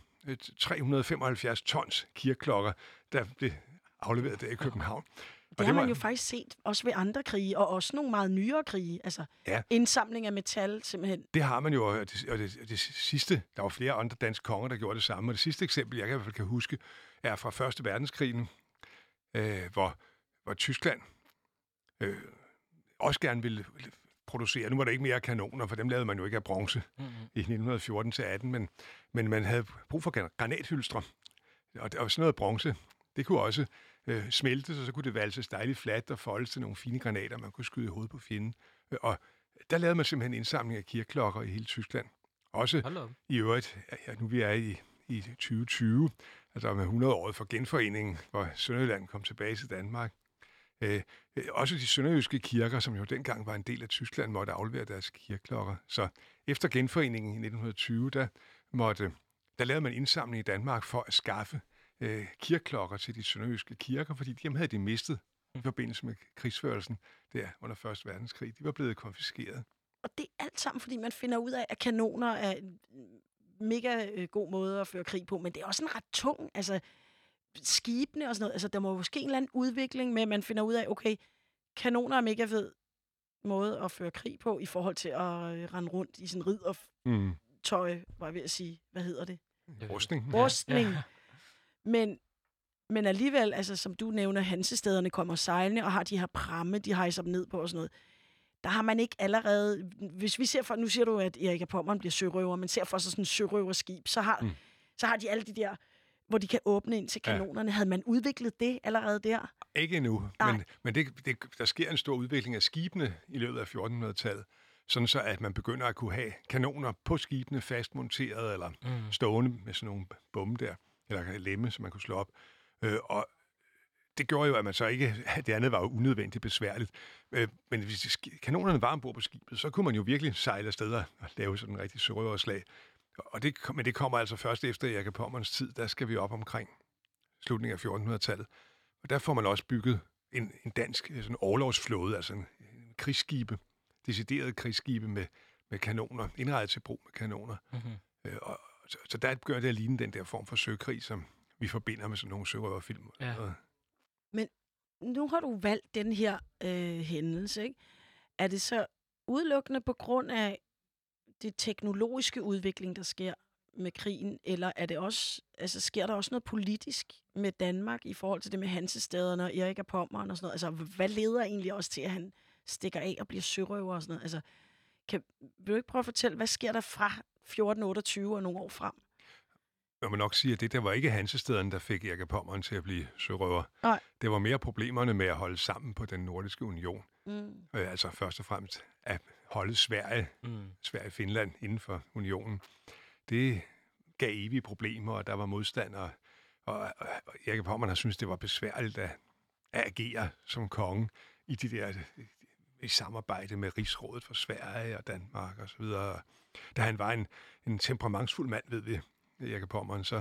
375 tons kirkeklokker, der blev afleveret der i København. Det har man jo faktisk set, også ved andre krige, og også nogle meget nyere krige. Altså indsamling af metal, simpelthen. Det har man jo, og det sidste, der var flere andre danske konger, der gjorde det samme. Og det sidste eksempel, jeg i hvert fald kan huske, er fra 1. verdenskrigen, hvor Tyskland også gerne ville producere. Nu var der ikke mere kanoner, for dem lavede man jo ikke af bronze i 1914-18, men man havde brug for granathylstre. Og sådan noget bronze, det kunne også smeltes, og så kunne det valses dejligt fladt og foldes til nogle fine granater, man kunne skyde i hovedet på fjenden. Og der lavede man simpelthen indsamling af kirkeklokker i hele Tyskland. Også i øvrigt, nu vi er i 2020, altså med 100-året for genforeningen, hvor Sønderjylland kom tilbage til Danmark. Også de sønderjyske kirker, som jo dengang var en del af Tyskland, måtte aflevere deres kirkeklokker. Så efter genforeningen i 1920, der lavede man indsamling i Danmark for at skaffe kirkeklokker til de sønderjyske kirker, fordi dem havde de mistet i forbindelse med krigsførelsen der under 1. verdenskrig. De var blevet konfiskeret. Og det er alt sammen, fordi man finder ud af, at kanoner er en mega god måde at føre krig på, men det er også en ret tung, altså skibene og sådan noget. Altså, der må jo ske en eller anden udvikling med, at man finder ud af, okay, kanoner er mega fed måde at føre krig på, i forhold til at rende rundt i sådan riddertøj, var jeg ved at sige. Hvad hedder det? Rustning. Rustning. Ja. Men alligevel, altså, som du nævner, Hansestæderne kommer sejlende og har de her pramme, de hejser dem ned på og sådan noget. Der har man ikke allerede... Hvis vi ser for... Nu siger du, at Erik af Pommern bliver sørøver, men ser for sig sådan en sørøverskib, så har de alle de der, hvor de kan åbne ind til kanonerne. Ja. Havde man udviklet det allerede der? Ikke endnu, men der sker en stor udvikling af skibene i løbet af 1400-tallet, sådan så at man begynder at kunne have kanoner på skibene fastmonteret eller stående med sådan nogle bomme der, eller lemme, som man kunne slå op. Og det gjorde jo, at man så ikke... Det andet var jo unødvendigt besværligt. Men hvis kanonerne var ombord på skibet, så kunne man jo virkelig sejle afsted og lave sådan en rigtig sørøverslag. Men det kommer altså først efter Erik af Pommerns tid. Der skal vi op omkring slutningen af 1400-tallet. Og der får man også bygget en dansk sådan orlogsflåde, altså en krigsskibe, deciderede krigsskibe med kanoner, indrettet til brug med kanoner. Mm-hmm. Så der begynder det at ligne den der form for søkrig, som vi forbinder med sådan nogle sørøverfilm. Ja. Men nu har du valgt den her hændelse, ikke? Er det så udelukkende på grund af det teknologiske udvikling, der sker med krigen, eller er det også, altså sker der også noget politisk med Danmark i forhold til det med Hansestæderne og Erik af Pommern og sådan noget? Altså, hvad leder egentlig også til, at han stikker af og bliver sørøver og sådan noget? Altså, vil du ikke prøve at fortælle, hvad sker der fra 1428 og nogle år frem? Jeg må nok sige, at det var ikke Hansestæderne, der fik Erik af Pommern til at blive sørøver. Nej. Det var mere problemerne med at holde sammen på den nordiske union. Altså først og fremmest at holde Sverige og Finland inden for unionen. Det gav evige problemer, og der var modstandere. Og Erik af Pommern har syntes, det var besværligt at agere som konge i de der i samarbejde med Rigsrådet for Sverige og Danmark og så videre. Da han var en temperamentsfuld mand, ved vi, Erik af Pommern, så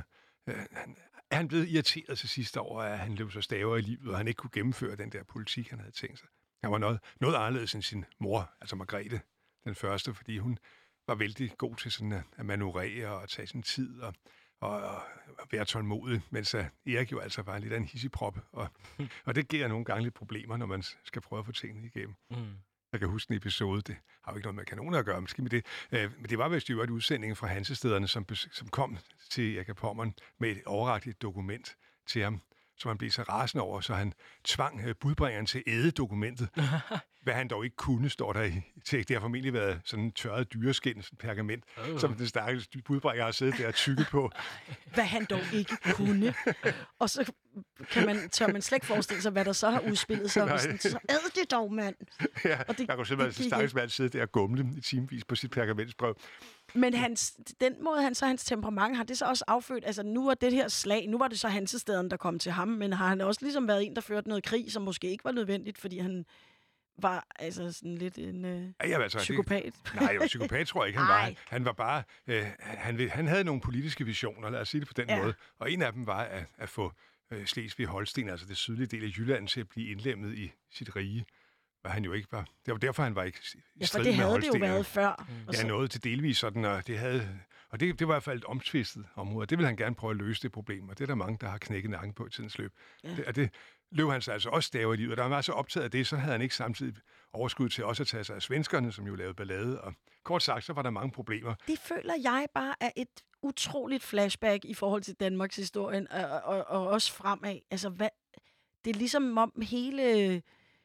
er han blevet irriteret til sidste år, at han løb så staver i livet, og han ikke kunne gennemføre den der politik, han havde tænkt sig. Han var noget anderledes end sin mor, altså Margrethe den første, fordi hun var vældig god til sådan at manøvrere og tage sin tid og være tålmodig, mens Erik jo altså var lidt af en hissigprop, og det giver nogle gange lidt problemer, når man skal prøve at få tingene igennem. Jeg kan huske en episode, det har jo ikke noget med kanoner at gøre, måske med det, men det var vist jo et udsending fra Hansestæderne, som kom til Erik af Pommern med et overragtigt dokument til ham, som han blev så rasende over, så han tvang budbringeren til at æde dokumentet. Hvad han dog ikke kunne, står der i tekst. Det har formentlig været sådan en tørret dyreskin, sådan pergament, som den stakkels budbringer har siddet der og tykket på. Hvad han dog ikke kunne. Og så tør man slet ikke forestille sig, hvad der så har udspillet sig. Så æd det dog, mand! Ja, og det, der kunne simpelthen en stakkels mand sidde der og gumle i timevis på sit pergamentsbrev. Men den måde, hans temperament, har det så også affødt, altså nu var det her slag, nu var det så Hansestæderne, der kom til ham, men har han også ligesom været en, der førte noget krig, som måske ikke var nødvendigt, fordi han var altså sådan lidt en psykopat? Psykopat tror jeg ikke, han var. Han var bare, han havde nogle politiske visioner, lad os sige det på den måde, og en af dem var at få Slesvig-Holsten, altså det sydlige del af Jylland, til at blive indlemmet i sit rige. Han jo ikke var. Det var derfor, han var ikke i strid med Holsten. Ja, for det havde det jo været før. Ja, noget til delvis sådan, og det var i hvert fald et omtvistet område. Det vil han gerne prøve at løse det problem, og det er der mange, der har knækket nakken på i tidens løb. Ja. Det løb han sig altså også staver i livet, og da han var så optaget af det, så havde han ikke samtidig overskud til også at tage sig af svenskerne, som jo lavede ballade, og kort sagt, så var der mange problemer. Det føler jeg bare er et utroligt flashback i forhold til Danmarks historien, og også fremad. Altså, det er ligesom om hele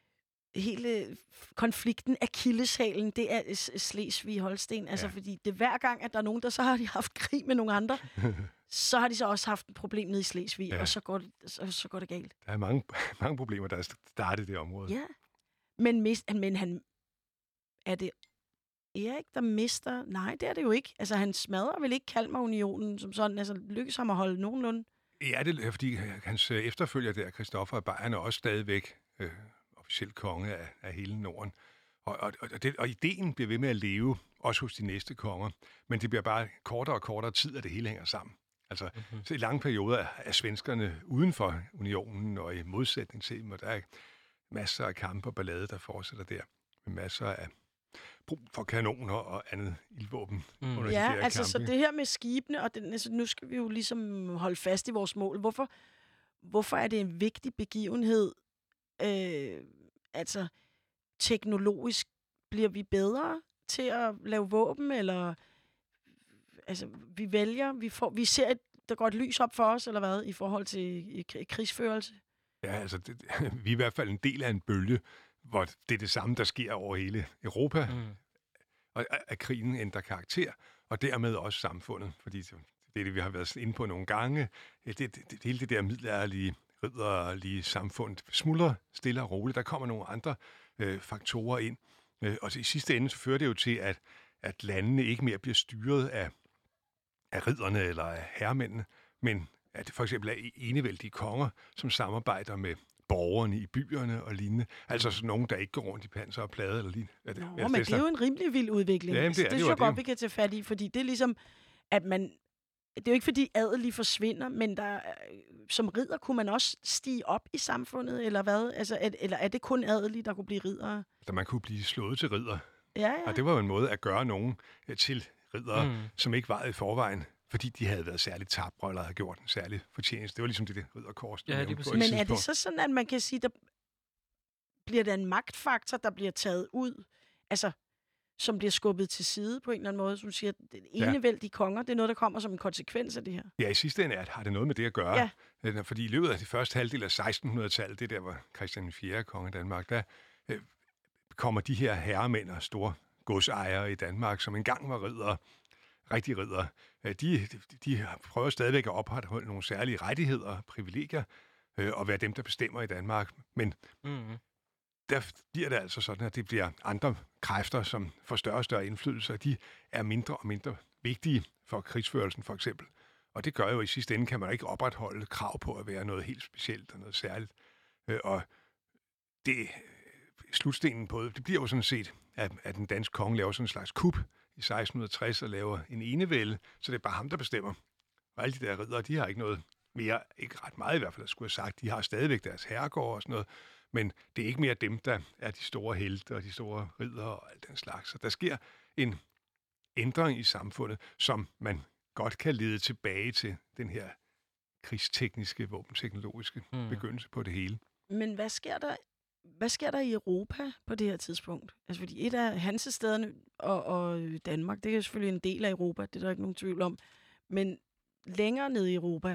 konflikten af Akilleshælen, det er Slesvig-Holsten. Altså, fordi det hver gang, at der er nogen, der så har de haft krig med nogle andre, så har de så også haft et problem nede i Slesvig, og så går det galt. Der er mange problemer, der er startet i det område. Ja, men han er det Erik, der mister? Nej, det er det jo ikke. Altså, han smadrer vel ikke Kalmarunionen som sådan, altså lykkes ham at holde nogenlunde? Ja, det er, fordi hans efterfølger der, Christoffer af Bayern, er også stadigvæk officielt konge af hele Norden. Og ideen bliver ved med at leve, også hos de næste konger, men det bliver bare kortere og kortere tid, at det hele hænger sammen. Altså, så i lange perioder er svenskerne uden for unionen, og i modsætning til dem, og der er masser af kampe og ballade, der fortsætter der, med masser af brug for kanoner og andet ildvåben under de der altså kampe. Så det her med skibene, og altså, nu skal vi jo ligesom holde fast i vores mål. Hvorfor er det en vigtig begivenhed? Altså, teknologisk bliver vi bedre til at lave våben, eller altså, vi ser, der går et lys op for os, eller hvad, i forhold til krigsførelse? Ja, altså, vi er i hvert fald en del af en bølge, hvor det er det samme, der sker over hele Europa, og at krigen ændrer karakter, og dermed også samfundet, fordi det er det, vi har været inde på nogle gange. Hele det der middelalderlige ridderlige samfund smuldrer stille og roligt. Der kommer nogle andre faktorer ind, og i sidste ende så fører det jo til, at landene ikke mere bliver styret af ridderne eller af herremændene, men at det for eksempel er enevældige konger, som samarbejder med borgerne i byerne og lignende. Altså sådan nogen, der ikke går rundt i panser og plade eller lignende. Men det er jo en rimelig vild udvikling. Ja, det synes jeg godt, vi kan tage fat i, fordi det er ligesom, at man... Det er jo ikke, fordi adelige forsvinder, men som ridder kunne man også stige op i samfundet, eller hvad? Altså, eller er det kun adelige, der kunne blive riddere? Så man kunne blive slået til ridder. Ja. Og det var jo en måde at gøre nogen til riddere, som ikke var i forvejen, fordi de havde været særligt tabre eller havde gjort en særlig fortjeneste. Det var ligesom det ridderkors. Ja, det er præcis. Men er det så sådan, at man kan sige, der bliver der en magtfaktor, der bliver taget ud, altså som bliver skubbet til side på en eller anden måde, som siger, at enevældige konger, det er noget, der kommer som en konsekvens af det her? Ja, i sidste ende har det noget med det at gøre. Ja. Fordi i løbet af det første halvdel af 1600-tallet, det der var Christian 4. konge af Danmark, der kommer de her herremænd og store godsejere i Danmark, som engang var riddere, rigtige riddere, de prøver stadigvæk at opretholde nogle særlige rettigheder og privilegier, og være dem, der bestemmer i Danmark. Men der bliver det altså sådan, at det bliver andre kræfter, som får større og større indflydelse, og de er mindre og mindre vigtige for krigsførelsen, for eksempel. Og det gør jo, i sidste ende kan man ikke opretholde krav på at være noget helt specielt og noget særligt. Og det slutstenen på det bliver jo sådan set, at den danske konge laver sådan en slags kup i 1660 og laver en enevælde, så det er bare ham, der bestemmer. Og alle de der riddere, de har ikke noget mere, ikke ret meget i hvert fald, skulle jeg have sagt. De har stadigvæk deres herregård og sådan noget, men det er ikke mere dem, der er de store helte og de store riddere og alt den slags. Så der sker en ændring i samfundet, som man godt kan lede tilbage til den her krigstekniske, våbenteknologiske begyndelse på det hele. Men hvad sker der i Europa på det her tidspunkt? Altså fordi et af Hansestederne og Danmark, det er selvfølgelig en del af Europa, det er der ikke nogen tvivl om. Men længere ned i Europa,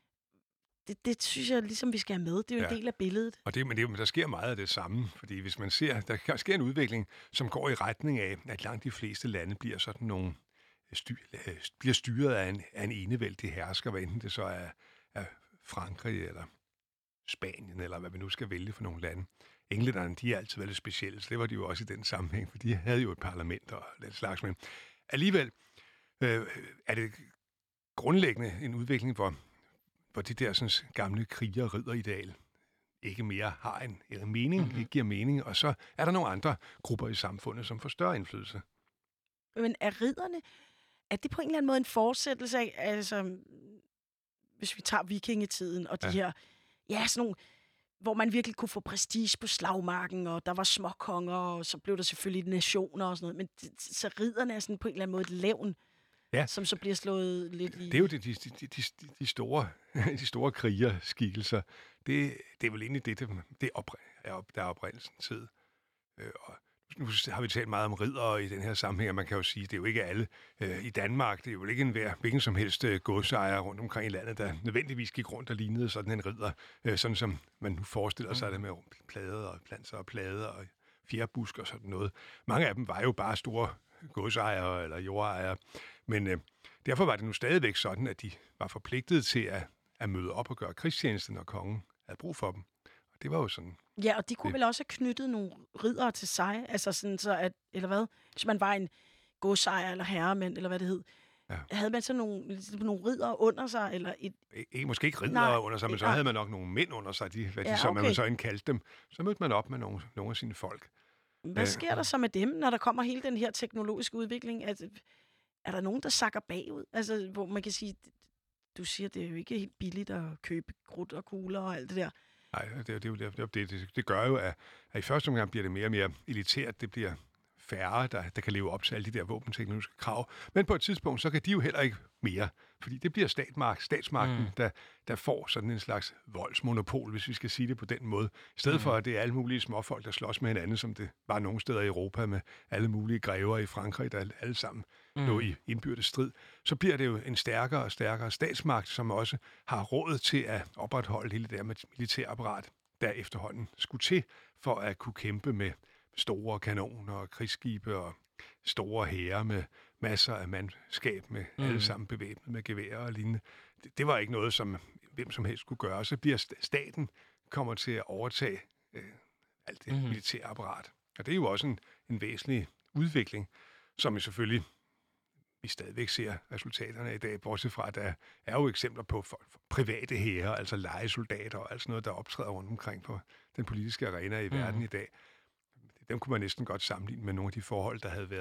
det synes jeg ligesom, vi skal have med. Det er jo en del af billedet. Og men der sker meget af det samme, fordi hvis man ser, der sker en udvikling, som går i retning af, at langt de fleste lande bliver sådan nogle bliver styret af en enevældig hersker, hvad enten det så er Frankrig eller Spanien, eller hvad vi nu skal vælge for nogle lande. Englænderne, de er altid været lidt specielle, så det var de jo også i den sammenhæng, for de havde jo et parlament og den slags. Men alligevel er det grundlæggende en udvikling, hvor de der sådan, gamle kriger- og ridderideal ikke mere har en mening, ikke giver mening, og så er der nogle andre grupper i samfundet, som får større indflydelse. Men er ridderne, er det på en eller anden måde en fortsættelse af, altså, hvis vi tager vikingetiden og de her, sådan nogle, hvor man virkelig kunne få prestige på slagmarken, og der var småkonger, og så blev der selvfølgelig nationer og sådan noget, men så ridderne er sådan på en eller anden måde et levn, som så bliver slået lidt i... Det er jo de store krigerskikkelser. Det er vel egentlig det der er oprindelsen tid. Og nu har vi talt meget om riddere i den her sammenhæng, og man kan jo sige, at det er jo ikke alle i Danmark. Det er jo ikke hvilken som helst godsejer rundt omkring i landet, der nødvendigvis gik rundt og lignede sådan en ridder, sådan som man nu forestiller sig det med plader og planter og plader og fjerbusk og sådan noget. Mange af dem var jo bare store godsejere eller jordejere, men derfor var det nu stadigvæk sådan, at de var forpligtet til at møde op og gøre krigstjeneste, når kongen havde brug for dem. Og det var jo sådan... Ja, og de kunne vel også have knyttet nogle riddere til sig, altså sådan så at, eller hvad, hvis man var en godsejer eller herremænd, eller hvad det hed. Ja. Havde man så nogle riddere under sig, eller måske ikke riddere under sig, men så havde man nok nogle mænd under sig, som man så indkaldte dem. Så mødte man op med nogle af sine folk. Hvad sker der så med dem, når der kommer hele den her teknologiske udvikling? Altså, er der nogen, der sakker bagud? Altså, hvor man kan sige, du siger, det er jo ikke helt billigt at købe krudt og kugler og alt det der. Nej, det gør jo, at i første omgang bliver det mere og mere elitært. Det bliver færre, der kan leve op til alle de der våbenteknologiske krav. Men på et tidspunkt, så kan de jo heller ikke mere. Fordi det bliver statsmagten, der får sådan en slags voldsmonopol, hvis vi skal sige det på den måde. I stedet for, at det er alle mulige småfolk, der slås med hinanden, som det var nogle steder i Europa med alle mulige grever i Frankrig, der alle sammen lå i indbyrdes strid, så bliver det jo en stærkere og stærkere statsmagt, som også har råd til at opretholde hele det der militærapparat, der efterhånden skulle til for at kunne kæmpe med store kanoner og krigsskibe og store hære med masser af mandskab med alle sammen bevæbnet med geværer og lignende. Det var ikke noget, som hvem som helst skulle gøre. Så bliver staten kommer til at overtage alt det militære apparat. Og det er jo også en væsentlig udvikling, som jo selvfølgelig vi stadigvæk ser resultaterne i dag, bortset fra, at der er jo eksempler på private hære, altså lejesoldater og alt sådan noget, der optræder rundt omkring på den politiske arena i verden i dag. Dem kunne man næsten godt sammenligne med nogle af de forhold, der havde været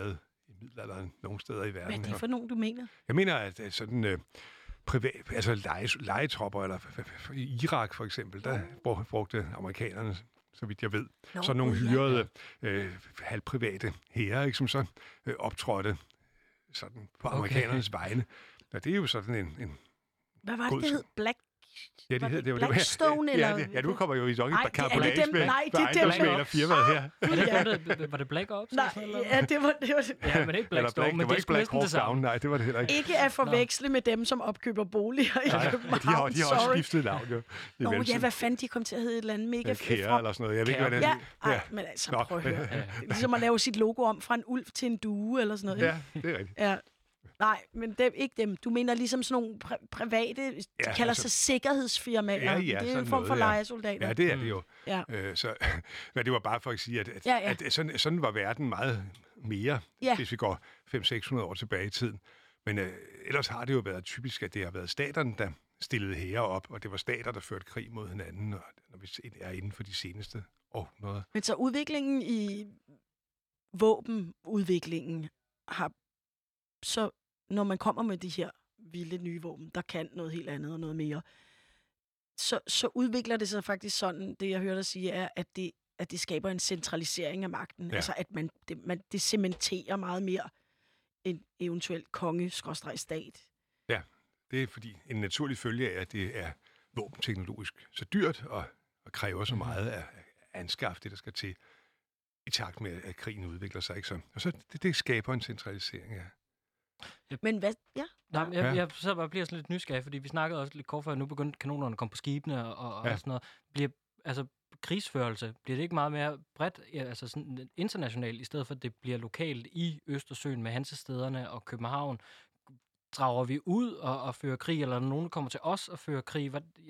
middelalderen nogle steder i verden. Hvad er det for nogen, du mener? Jeg mener, at sådan privat, altså legetropper, eller i Irak for eksempel, der brugte amerikanerne, så vidt jeg ved, sådan nogle hyrede halvprivate hære, ikke, som så optrådte sådan på amerikanernes vegne. Og det er jo sådan en hvad var det hed? Ja, det hedder det. Blackstone, eller? Ja, du kommer jo i sådan en karbolage med ejendomsmæglerfirmaet her. Var det Black Ops? Nej, ja, det var ja, men ikke Blackstone, men det er sgu næsten det samme. Nej, det var det heller ikke. Ikke at forveksle med dem, som opkøber boliger i København. De har også skiftet navn, jo. Ja, hvad fanden de kom til at hedde et eller andet mega Kære eller sådan noget. Jeg ved ikke, hvad det er. Ja, men altså, prøv at høre. Det er ligesom at lave sit logo om fra en ulv til en due, eller sådan noget. Ja, det er rigtigt. Ja. Nej, men det er ikke dem. Du mener ligesom sådan nogle private, de kalder sig sikkerhedsfirmaer. Ja, det er en form for lejesoldater. Ja, det er det jo. Ja. Men det var bare for at sige, at sådan var verden meget mere, hvis vi går 500-600 år tilbage i tiden. Men ellers har det jo været typisk, at det har været staterne, der stillede hære op, og det var stater, der førte krig mod hinanden, og når vi er inden for de seneste århundreder. Men så udviklingen i våbenudviklingen har så, når man kommer med de her vilde nye våben, der kan noget helt andet og noget mere, så udvikler det sig faktisk sådan, det jeg hørte dig sige, er, at det skaber en centralisering af magten. Ja. Altså, at det cementerer meget mere en eventuel konge-stat. Ja, det er fordi en naturlig følge af, at det er våbenteknologisk så dyrt og kræver så meget at anskaffe det, der skal til, i takt med, at krigen udvikler sig. Ikke? Og så det skaber en centralisering af. Men hvad? Ja. Nej, jeg så bare bliver sådan lidt nysgerrig, fordi vi snakkede også lidt kort før, nu begyndte kanonerne at komme på skibene og sådan noget. Krigsførelse, bliver det ikke meget mere bredt, altså sådan internationalt, i stedet for at det bliver lokalt i Østersøen med Hansestæderne og København? Drager vi ud og fører krig, eller er der nogen, der kommer til os og fører krig?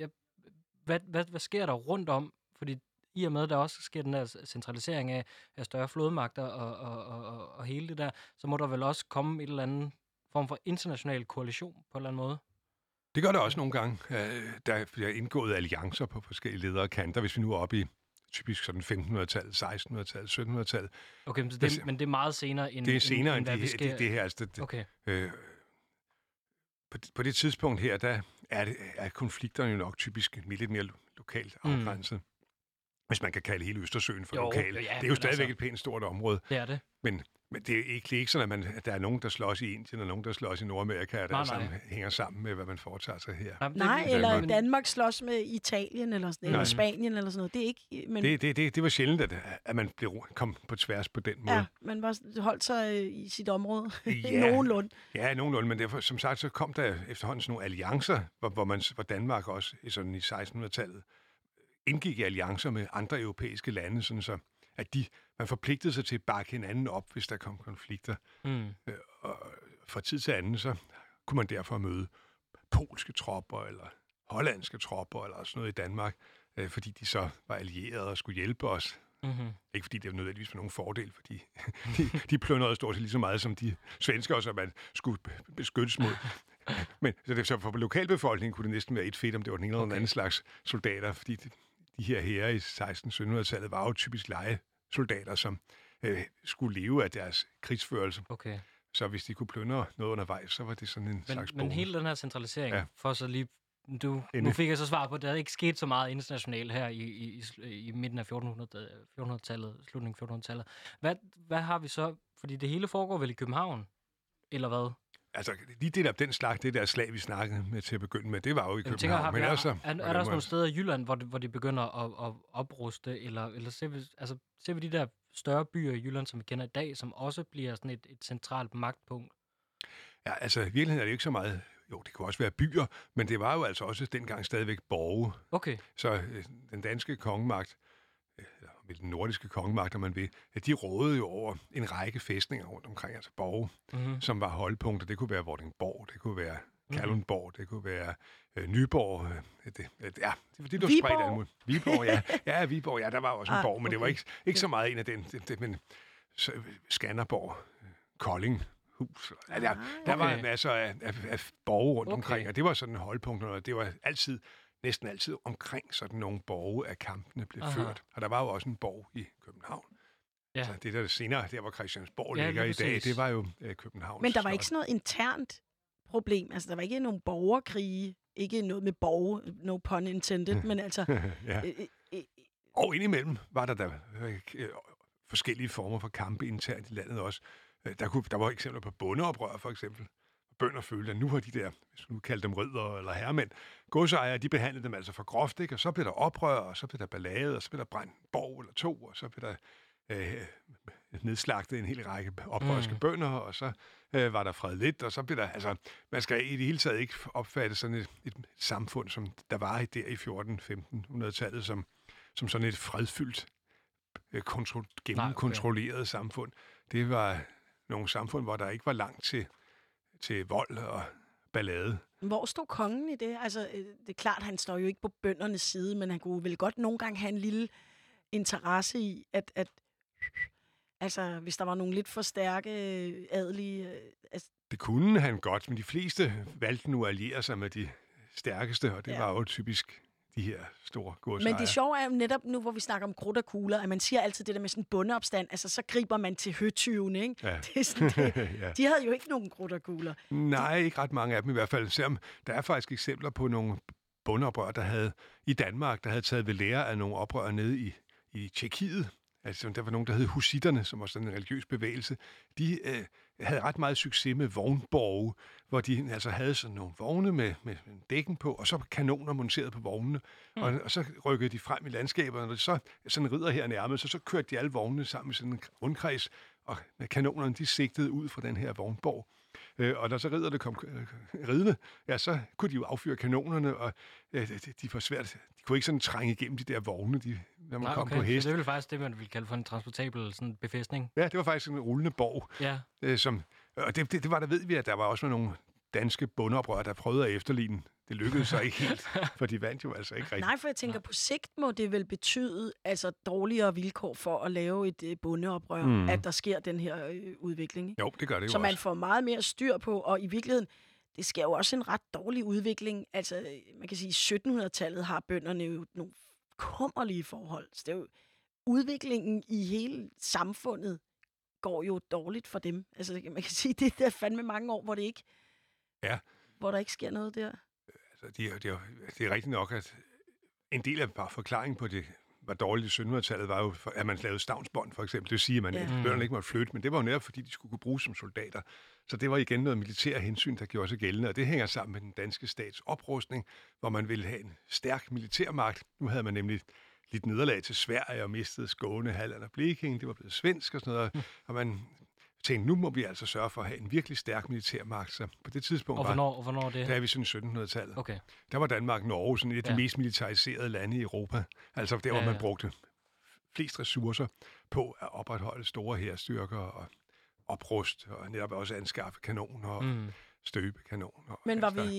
Hvad sker der rundt om? Fordi i og med, at der også sker den der centralisering af større flådemagter og hele det der, så må der vel også komme et eller andet form for international koalition på en eller anden måde? Det gør der også nogle gange. Der bliver indgået alliancer på forskellige ledere kanter, hvis vi nu er oppe i typisk sådan 1500-tallet, 1600-tallet, 1700-tallet. Okay, men det er meget senere end det er senere end end det her. Altså okay. På det tidspunkt her, der er konflikterne jo nok typisk lidt mere lokalt afgrænset. Hvis man kan kalde hele Østersøen for lokal. Ja, det er jo stadigvæk et pænt stort område. Det er det. Men det er ikke sådan, at der er nogen, der slås i Indien, og nogen, der slås i Nordamerika, og der hænger sammen med, hvad man foretager sig her. Nej, eller Danmark slås med Italien, eller Spanien, eller sådan noget. Det er ikke... Men... Det var sjældent, at man kom på tværs på den måde. Ja, man bare holdt sig i sit område. Nogenlunde. Ja, nogenlunde, men derfor, som sagt, så kom der efterhånden sådan nogle alliancer, hvor Danmark også sådan i 1600-tallet indgik i alliancer med andre europæiske lande, sådan så at man forpligtede sig til at bakke hinanden op, hvis der kom konflikter. Og fra tid til anden, så kunne man derfor møde polske tropper, eller hollandske tropper, eller sådan noget i Danmark, fordi de så var allierede og skulle hjælpe os. Mm-hmm. Ikke fordi det var nødvendigvis for nogen fordel, fordi de plyndrede stort set lige så meget som de svenskere, som man skulle beskyttes mod. Men så for lokalbefolkningen kunne det næsten være et fedt, om det var den ene eller anden slags soldater, fordi de her hære i 1600-1700-tallet var jo typisk lejesoldater, som skulle leve af deres krigsførelse. Okay. Så hvis de kunne plyndre noget undervejs, så var det sådan en slags bonus. Men hele den her centralisering, for så lige... Nu fik jeg så svar på, at der ikke skete så meget internationalt her i midten af 1400-tallet, slutningen af 1400-tallet. Hvad har vi så? Fordi det hele foregår vel i København, eller hvad? Altså, lige den slag, det der slag, vi snakkede med til at begynde med, det var jo i København. Er der også nogle steder i Jylland, hvor de begynder at opruste, eller ser vi de der større byer i Jylland, som vi kender i dag, som også bliver sådan et centralt magtpunkt? Ja, altså i virkeligheden er det ikke så meget. Jo, det kunne også være byer, men det var jo altså også dengang stadigvæk borge. Okay. Så den danske kongemagt, eller den nordiske kongemagt, om man vil, de rådede jo over en række fæstninger rundt omkring, altså borge, som var holdpunkter. Det kunne være Vordingborg, det kunne være Kalundborg, det kunne være Nyborg. Det lå spredt an mod Viborg, ja. Ja, Viborg, ja, der var også en borg, men det var ikke så meget en af den. Men Skanderborg, Kolding, hus. Der var masser af borge rundt omkring, og det var sådan holdpunkter, og det var næsten altid omkring sådan nogle borge, at kampene blev ført. Og der var jo også en borg i København, Ja. Så det der senere, der hvor Christiansborg Ja, ligger lige i dag, præcis. det var jo Københavns Men der var slot. ikke sådan noget internt problem. Altså, der var ikke nogen borgerkrige. Ikke noget med borger, no pun intended, men altså... Ja. Og indimellem var der forskellige former for kampe internt i landet også. Der var eksempler på bondeoprør, for eksempel. Bønder følte, at nu har de der, hvis man nu kalder dem riddere eller herremænd, godsejere, de behandlede dem altså for groft, ikke? Og så blev der oprør, og så blev der ballade, og så blev der brændt en borg eller to, og så blev der nedslagtet en hel række oprørske bønder, og så var der fred lidt, og så blev der, altså, man skal i det hele taget ikke opfatte sådan et samfund, som der var der i 1400-1500-tallet, som sådan et fredfyldt, gennemkontrolleret samfund. Det var nogle samfund, hvor der ikke var langt til vold og ballade. Hvor stod kongen i det? Altså, det er klart, han står jo ikke på bøndernes side, men han kunne vel godt nogle gange have en lille interesse i, at altså, hvis der var nogle lidt for stærke adelige... Det kunne han godt, men de fleste valgte nu at alliere sig med de stærkeste, og det var jo typisk de her store godsejere. Men det sjove er jo netop nu, hvor vi snakker om krudt og kugler, at man siger altid det der med sådan en bondeopstand, altså så griber man til høtyven, ikke? Ja. Det er sådan, Ja. De havde jo ikke nogen krudt og kugler. Nej, ikke ret mange af dem i hvert fald. Selvom der er faktisk eksempler på nogle bondeoprør, der havde taget ved lære af nogle oprør nede i Tjekkiet. Altså, der var nogen, der hed husitterne, som var sådan en religiøs bevægelse. De havde ret meget succes med vognborge, hvor de altså havde sådan nogle vogne med dækken på, og så kanoner monteret på vognene. Og så rykkede de frem i landskabet, og så sådan ridder her nærmede, så kørte de alle vognene sammen i sådan en rundkreds, og kanonerne, de sigtede ud fra den her vognborg. Og når så ridderne kom ridende, ja, så kunne de jo affyre kanonerne, og de var svært. De kunne ikke sådan trænge igennem de der vogne, når man kom på hest. Så det er vel faktisk det, man ville kalde for en transportabel sådan befæstning. Ja, det var faktisk en rullende borg. Ja. Og det var, der ved vi, at der var også nogle danske bondeoprør, der prøvede at efterligne. Det lykkedes så ikke helt, for de vandt jo altså ikke rigtigt. Nej, for jeg tænker, på sigt må det vel betyde altså dårligere vilkår for at lave et bondeoprør, at der sker den her udvikling. Ikke? Jo, det gør det jo så man også. får meget mere styr på, og i virkeligheden, det sker jo også en ret dårlig udvikling. Altså, man kan sige, i 1700-tallet har bønderne jo nogle kummerlige forhold. Så det er jo, udviklingen i hele samfundet går jo dårligt for dem. Altså, man kan sige, det er fandme mange år, hvor det ikke, hvor der ikke sker noget der. Altså, det er rigtigt nok, at en del af forklaringen på det var dårligt i 1700-tallet, var jo, at man lavede stavnsbånd, for eksempel. Det vil sige, at bønderne ikke måtte flytte, men det var jo netop, fordi de skulle kunne bruges som soldater. Så det var igen noget militær hensyn, der gjorde sig gældende, og det hænger sammen med den danske stats oprustning, hvor man ville have en stærk militærmagt. Nu havde man nemlig lidt nederlag til Sverige og mistede Skåne, Halland og Blekinge. Det var blevet svensk og sådan noget, og man tænkte, nu må vi altså sørge for at have en virkelig stærk militærmagt. Så på det tidspunkt hvornår det? Der er vi sådan 1700-tallet. Okay. Der var Danmark Norge sådan et af de mest militariserede lande i Europa. Altså der, hvor man brugte flest ressourcer på at opretholde store hærstyrker og opruste, og netop også anskaffe kanoner og støbekanoner. Men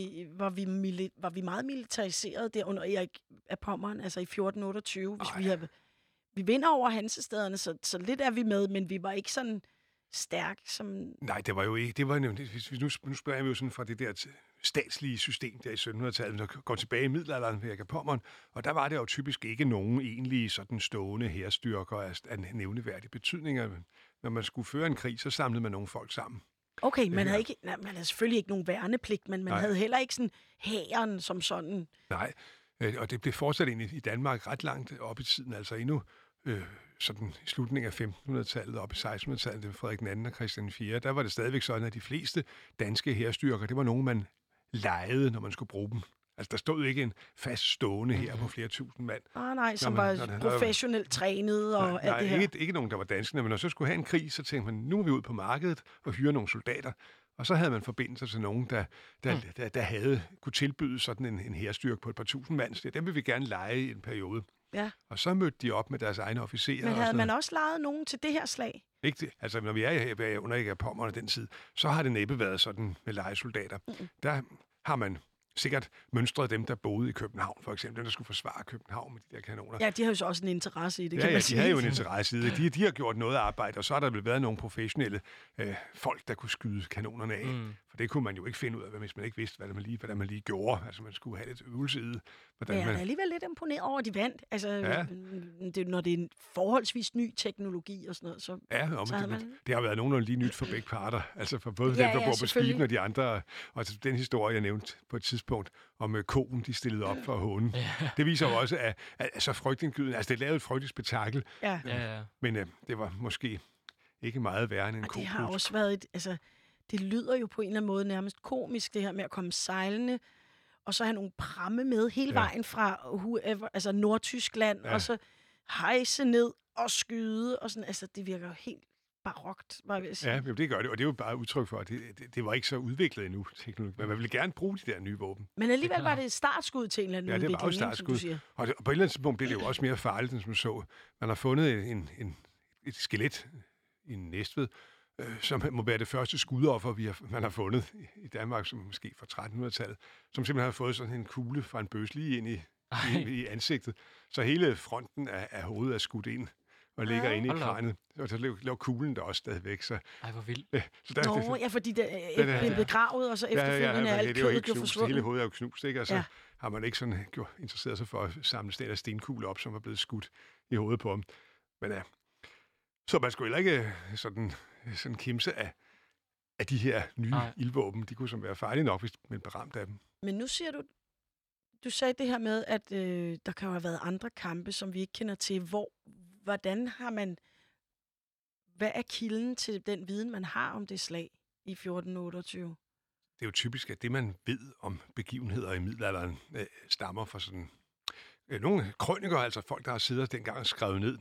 var vi meget militariseret der under Erik af Pommern, altså i 1428? Hvis vi vinder over Hansestæderne, så lidt er vi med, men vi var ikke sådan stærk som... Nej, det var jo ikke. Det var nemlig, nu spørger vi jo sådan fra det der statslige system der i 1700-tallet, der går tilbage i middelalderen ved Erik af Pommern, og der var det jo typisk ikke nogen egentlige sådan stående hærstyrker af nævneværdige betydninger. Når man skulle føre en krig, så samlede man nogle folk sammen. Okay, man havde selvfølgelig ikke nogen værnepligt, men man havde heller ikke sådan hæren som sådan. Nej, og det blev fortsat ind i Danmark ret langt op i tiden, altså endnu sådan i slutningen af 1500-tallet, op i 1600-tallet, det var Frederik II og Christian IV, der var det stadigvæk sådan, at de fleste danske hærstyrker, det var nogen, man lejede, når man skulle bruge dem. Altså, der stod ikke en fast stående her på flere tusind mand. Nej, som var professionelt trænet og alt det her. Ikke nogen, der var danskende, men når så skulle have en krig, så tænkte man, nu må vi ud på markedet og hyre nogle soldater. Og så havde man forbindelser til nogen, der havde kunne tilbyde sådan en hærstyrke på et par tusind mand. Så dem vil vi gerne lege i en periode. Ja. Og så mødte de op med deres egne officerer. Men havde man også lejet nogen til det her slag? Ikke det. Altså, når vi er her under Erik af Pommern den tid, så har det næppe været sådan med lejesoldater. Der har man sikkert mønstret dem, der boede i København, for eksempel, dem, der skulle forsvare København med de der kanoner. Ja, de har jo så også en interesse i det, kan Ja, man sige. de havde jo en interesse i det. De har gjort noget arbejde, og så har der vel været nogle professionelle folk, der kunne skyde kanonerne af. For det kunne man jo ikke finde ud af, hvis man ikke vidste, hvad man lige gjorde. Altså, man skulle have lidt øvelse i det. Men jeg er alligevel lidt imponeret over, at de vandt. Altså, når det er en forholdsvis ny teknologi og sådan noget, så... Ja, det har været nogenlunde lige nyt for begge parter. Altså for både dem, der bor på skibene og de andre. Og altså, den historie, jeg nævnte på et tidspunkt, om koen, de stillede op for hånden. Ja. Det viser jo også, at så frygtindgydende... Altså, det lavede et frygteligt spektakel. Ja. Men det var måske ikke meget værre end en ko. Det har også været det lyder jo på en eller anden måde nærmest komisk, det her med at komme sejlende, og så have nogle pramme med hele vejen fra Nordtyskland, og så hejse ned og skyde, og sådan, altså det virker jo helt barokt, var jeg ved at sige. Ja, det gør det, og det er jo bare udtryk for, at det var ikke så udviklet endnu, teknologi, men man ville gerne bruge de der nye våben. Men alligevel var det et startskud til en eller anden udvikling. Ja, det var jo startskud, og på et eller andet tidspunkt blev det jo også mere farligt, end man så. Man har fundet et skelet i en Næstved, som må være det første skudoffer, man har fundet i Danmark, som måske fra 1300-tallet, som simpelthen har fået sådan en kugle fra en bøs lige ind i ansigtet. Så hele fronten af hovedet er skudt ind og ligger inde i kranet. Og så lå kuglen der også stadigvæk. Så, hvor vildt. Fordi det er begravet, og så efterfølgende er alt kødet jo forsvundet. Hele hovedet er jo knust, ikke? Og så har man ikke sådan interesseret sig for at samle stenkugler op, som var blevet skudt i hovedet på ham. Men så man skulle heller ikke sådan kimse af de her nye ildvåben. De kunne som være farlige nok, hvis man blev ramt af dem. Men nu siger du sagde det her med, at der kan jo have været andre kampe, som vi ikke kender til. Hvordan har man... Hvad er kilden til den viden, man har om det slag i 1428? Det er jo typisk, at det, man ved om begivenheder i middelalderen, stammer fra sådan... nogle krønikere, altså folk, der har siddet dengang og skrevet ned.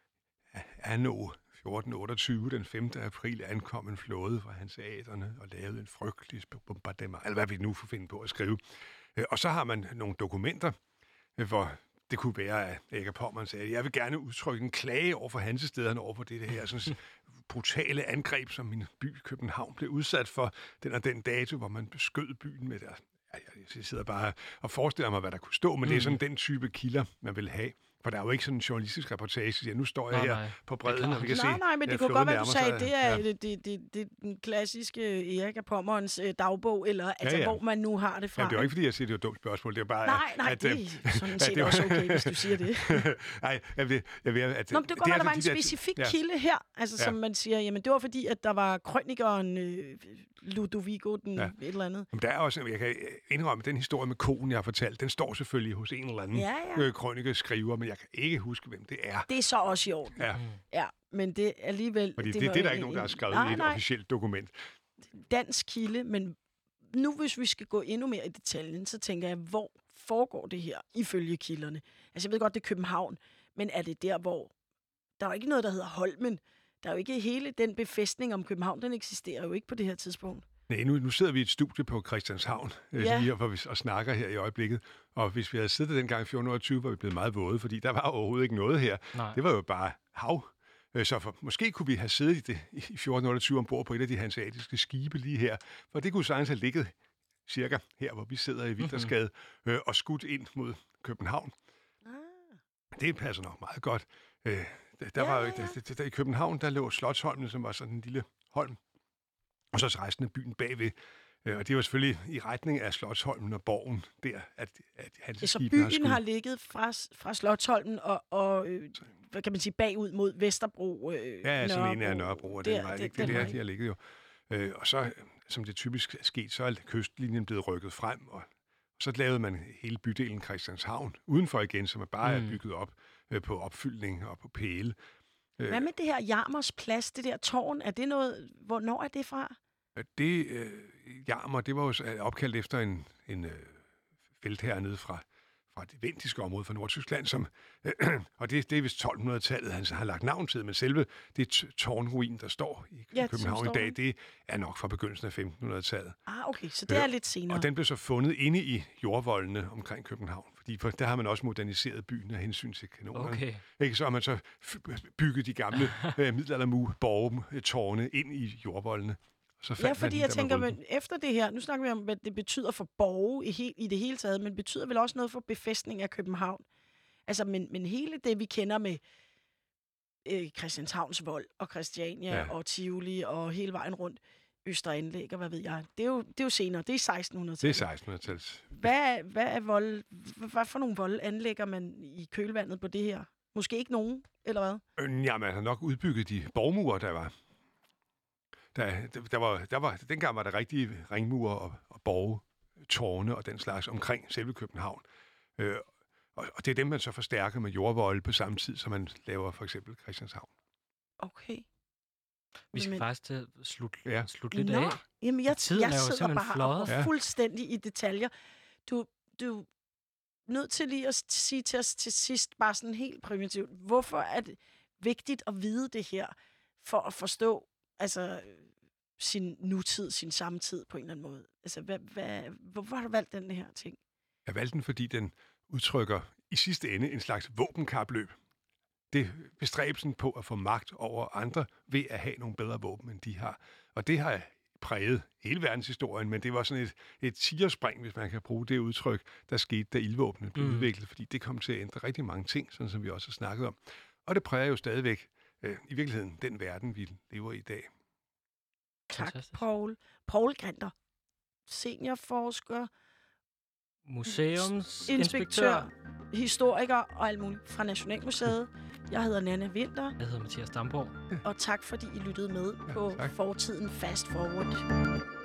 Anno 1428, den 5. april, ankom en flåde fra hanseaterne og lavede en frygtelig bombardement, eller hvad vi nu får finde på at skrive. Og så har man nogle dokumenter, hvor det kunne være, at Ægger Pommern sagde, at jeg vil gerne udtrykke en klage over for hansestederne over for det her sådan brutale angreb, som min by København blev udsat for den og den dato, hvor man beskød byen med der. Jeg sidder bare og forestiller mig, hvad der kunne stå, men det er sådan den type kilder, man vil have. For der er jo ikke sådan en journalistisk reportage, nu står jeg her på bredden, og vi kan se... Nej, men det kunne godt være, du sagde, det er den klassiske Erik af Pommerens dagbog, eller hvor man nu har det fra. Jamen, det er jo ikke, fordi jeg siger, det er et dumt spørgsmål, det er bare... Nej, det er sådan set også okay, hvis du siger det. Nej, jeg ved, at... Nå, det går, at der var en specifik kilde her, altså som man siger, jamen det var fordi, at der var krønikeren Ludovico, et eller andet. Jamen, der er også, jeg kan indrømme, den historie med koen, jeg har fortalt, den står selvfølgelig hos en eller anden krønikeskriver, men jeg kan ikke huske, hvem det er. Det er så også i orden. Ja, men det alligevel... Fordi det er der ikke nogen, der har skrevet i et officielt dokument. Dansk kilde, men nu hvis vi skal gå endnu mere i detaljen, så tænker jeg, hvor foregår det her ifølge kilderne? Altså jeg ved godt, det er København, men er det der, hvor... Der er jo ikke noget, der hedder Holmen. Der er jo ikke hele den befæstning om København, den eksisterer jo ikke på det her tidspunkt. Nej, nu sidder vi i et studie på Christianshavn, hvor vi og snakker her i øjeblikket. Og hvis vi havde siddet dengang i 1420, var vi blevet meget våde, fordi der var overhovedet ikke noget her. Nej. Det var jo bare hav. Så måske kunne vi have siddet i 1428 ombord på et af de hanseatiske skibe lige her, for det kunne sagtens have ligget cirka her, hvor vi sidder i Wildersgade, og skudt ind mod København. Det passer nok meget godt. Der i København, der lå Slotsholmen, som var sådan en lille holm, og så resten af byen bagved. Og det var selvfølgelig i retning af Slotsholmen og borgen, der at hanseskibene har skudt. Så byen har ligget fra Slotsholmen og hvad kan man sige, bagud mod Vesterbro, ja, sådan en af Nørrebro, og den vej. Det er der, de har ligget jo. Og så, som det typisk er sket, så er kystlinjen blevet rykket frem, og så lavede man hele bydelen Christianshavn udenfor igen, som er bare bygget op på opfyldning og på pæle. Hvad med det her Jarmers Plads, det der tårn? Er det noget, hvornår er det fra? Det Jarmer, det var jo opkaldt efter en feltherre nede fra det vendiske område fra Nordtyskland, som, og det er vist 1200-tallet, han har lagt navn til, men selve det tårnruin, der står i København i dag, det er nok fra begyndelsen af 1500-tallet. Okay, så det er lidt senere. Og den blev så fundet inde i jordvoldene omkring København, fordi der har man også moderniseret byen af hensyn til kanonerne. Okay. Ikke, så har man så bygget de gamle middelaldermure borge-tårne ind i jordvoldene. Så Ja, fordi jeg tænker, men efter det her, nu snakker vi om, hvad det betyder for borge i det hele taget, men betyder vel også noget for befæstning af København? Altså, men hele det, vi kender med Christianshavns Vold og Christiania og Tivoli og hele vejen rundt, Østre Anlæg og hvad ved jeg, det er jo senere, det er 1600-tallet. Det er 1600-tallet. Hvad for nogle volde anlægger man i kølvandet på det her? Måske ikke nogen, eller hvad? Ja, man har nok udbygget de borgmure, der var. Dengang var der rigtige ringmure og borge, tårne og den slags omkring selve København. Og det er dem, man så forstærker med jordvolde på samme tid, som man laver for eksempel Christianshavn. Okay. Vi skal faktisk til at slutte lidt af. Jamen, jeg sidder bare og fuldstændig i detaljer. Du er nødt til lige at sige til os til sidst, bare sådan helt primitivt, hvorfor er det vigtigt at vide det her, for at forstå sin nutid, sin samtid på en eller anden måde? Altså, hvorfor har du valgt den her ting? Jeg valgte den, fordi den udtrykker i sidste ende en slags våbenkapløb. Det er bestræbelsen på at få magt over andre ved at have nogle bedre våben, end de har. Og det har præget hele verdenshistorien, men det var sådan et tigerspring, hvis man kan bruge det udtryk, der skete, da ildvåbnet blev udviklet, fordi det kom til at ændre rigtig mange ting, sådan som vi også har snakket om. Og det præger jo stadigvæk i virkeligheden den verden, vi lever i i dag. Tak, Poul. Poul Grinter, seniorforsker, museumsinspektør, historiker og alt muligt fra Nationalmuseet. Jeg hedder Nanna Winther. Jeg hedder Mathias Damborg. Og tak, fordi I lyttede med på Fortiden Fast Forward.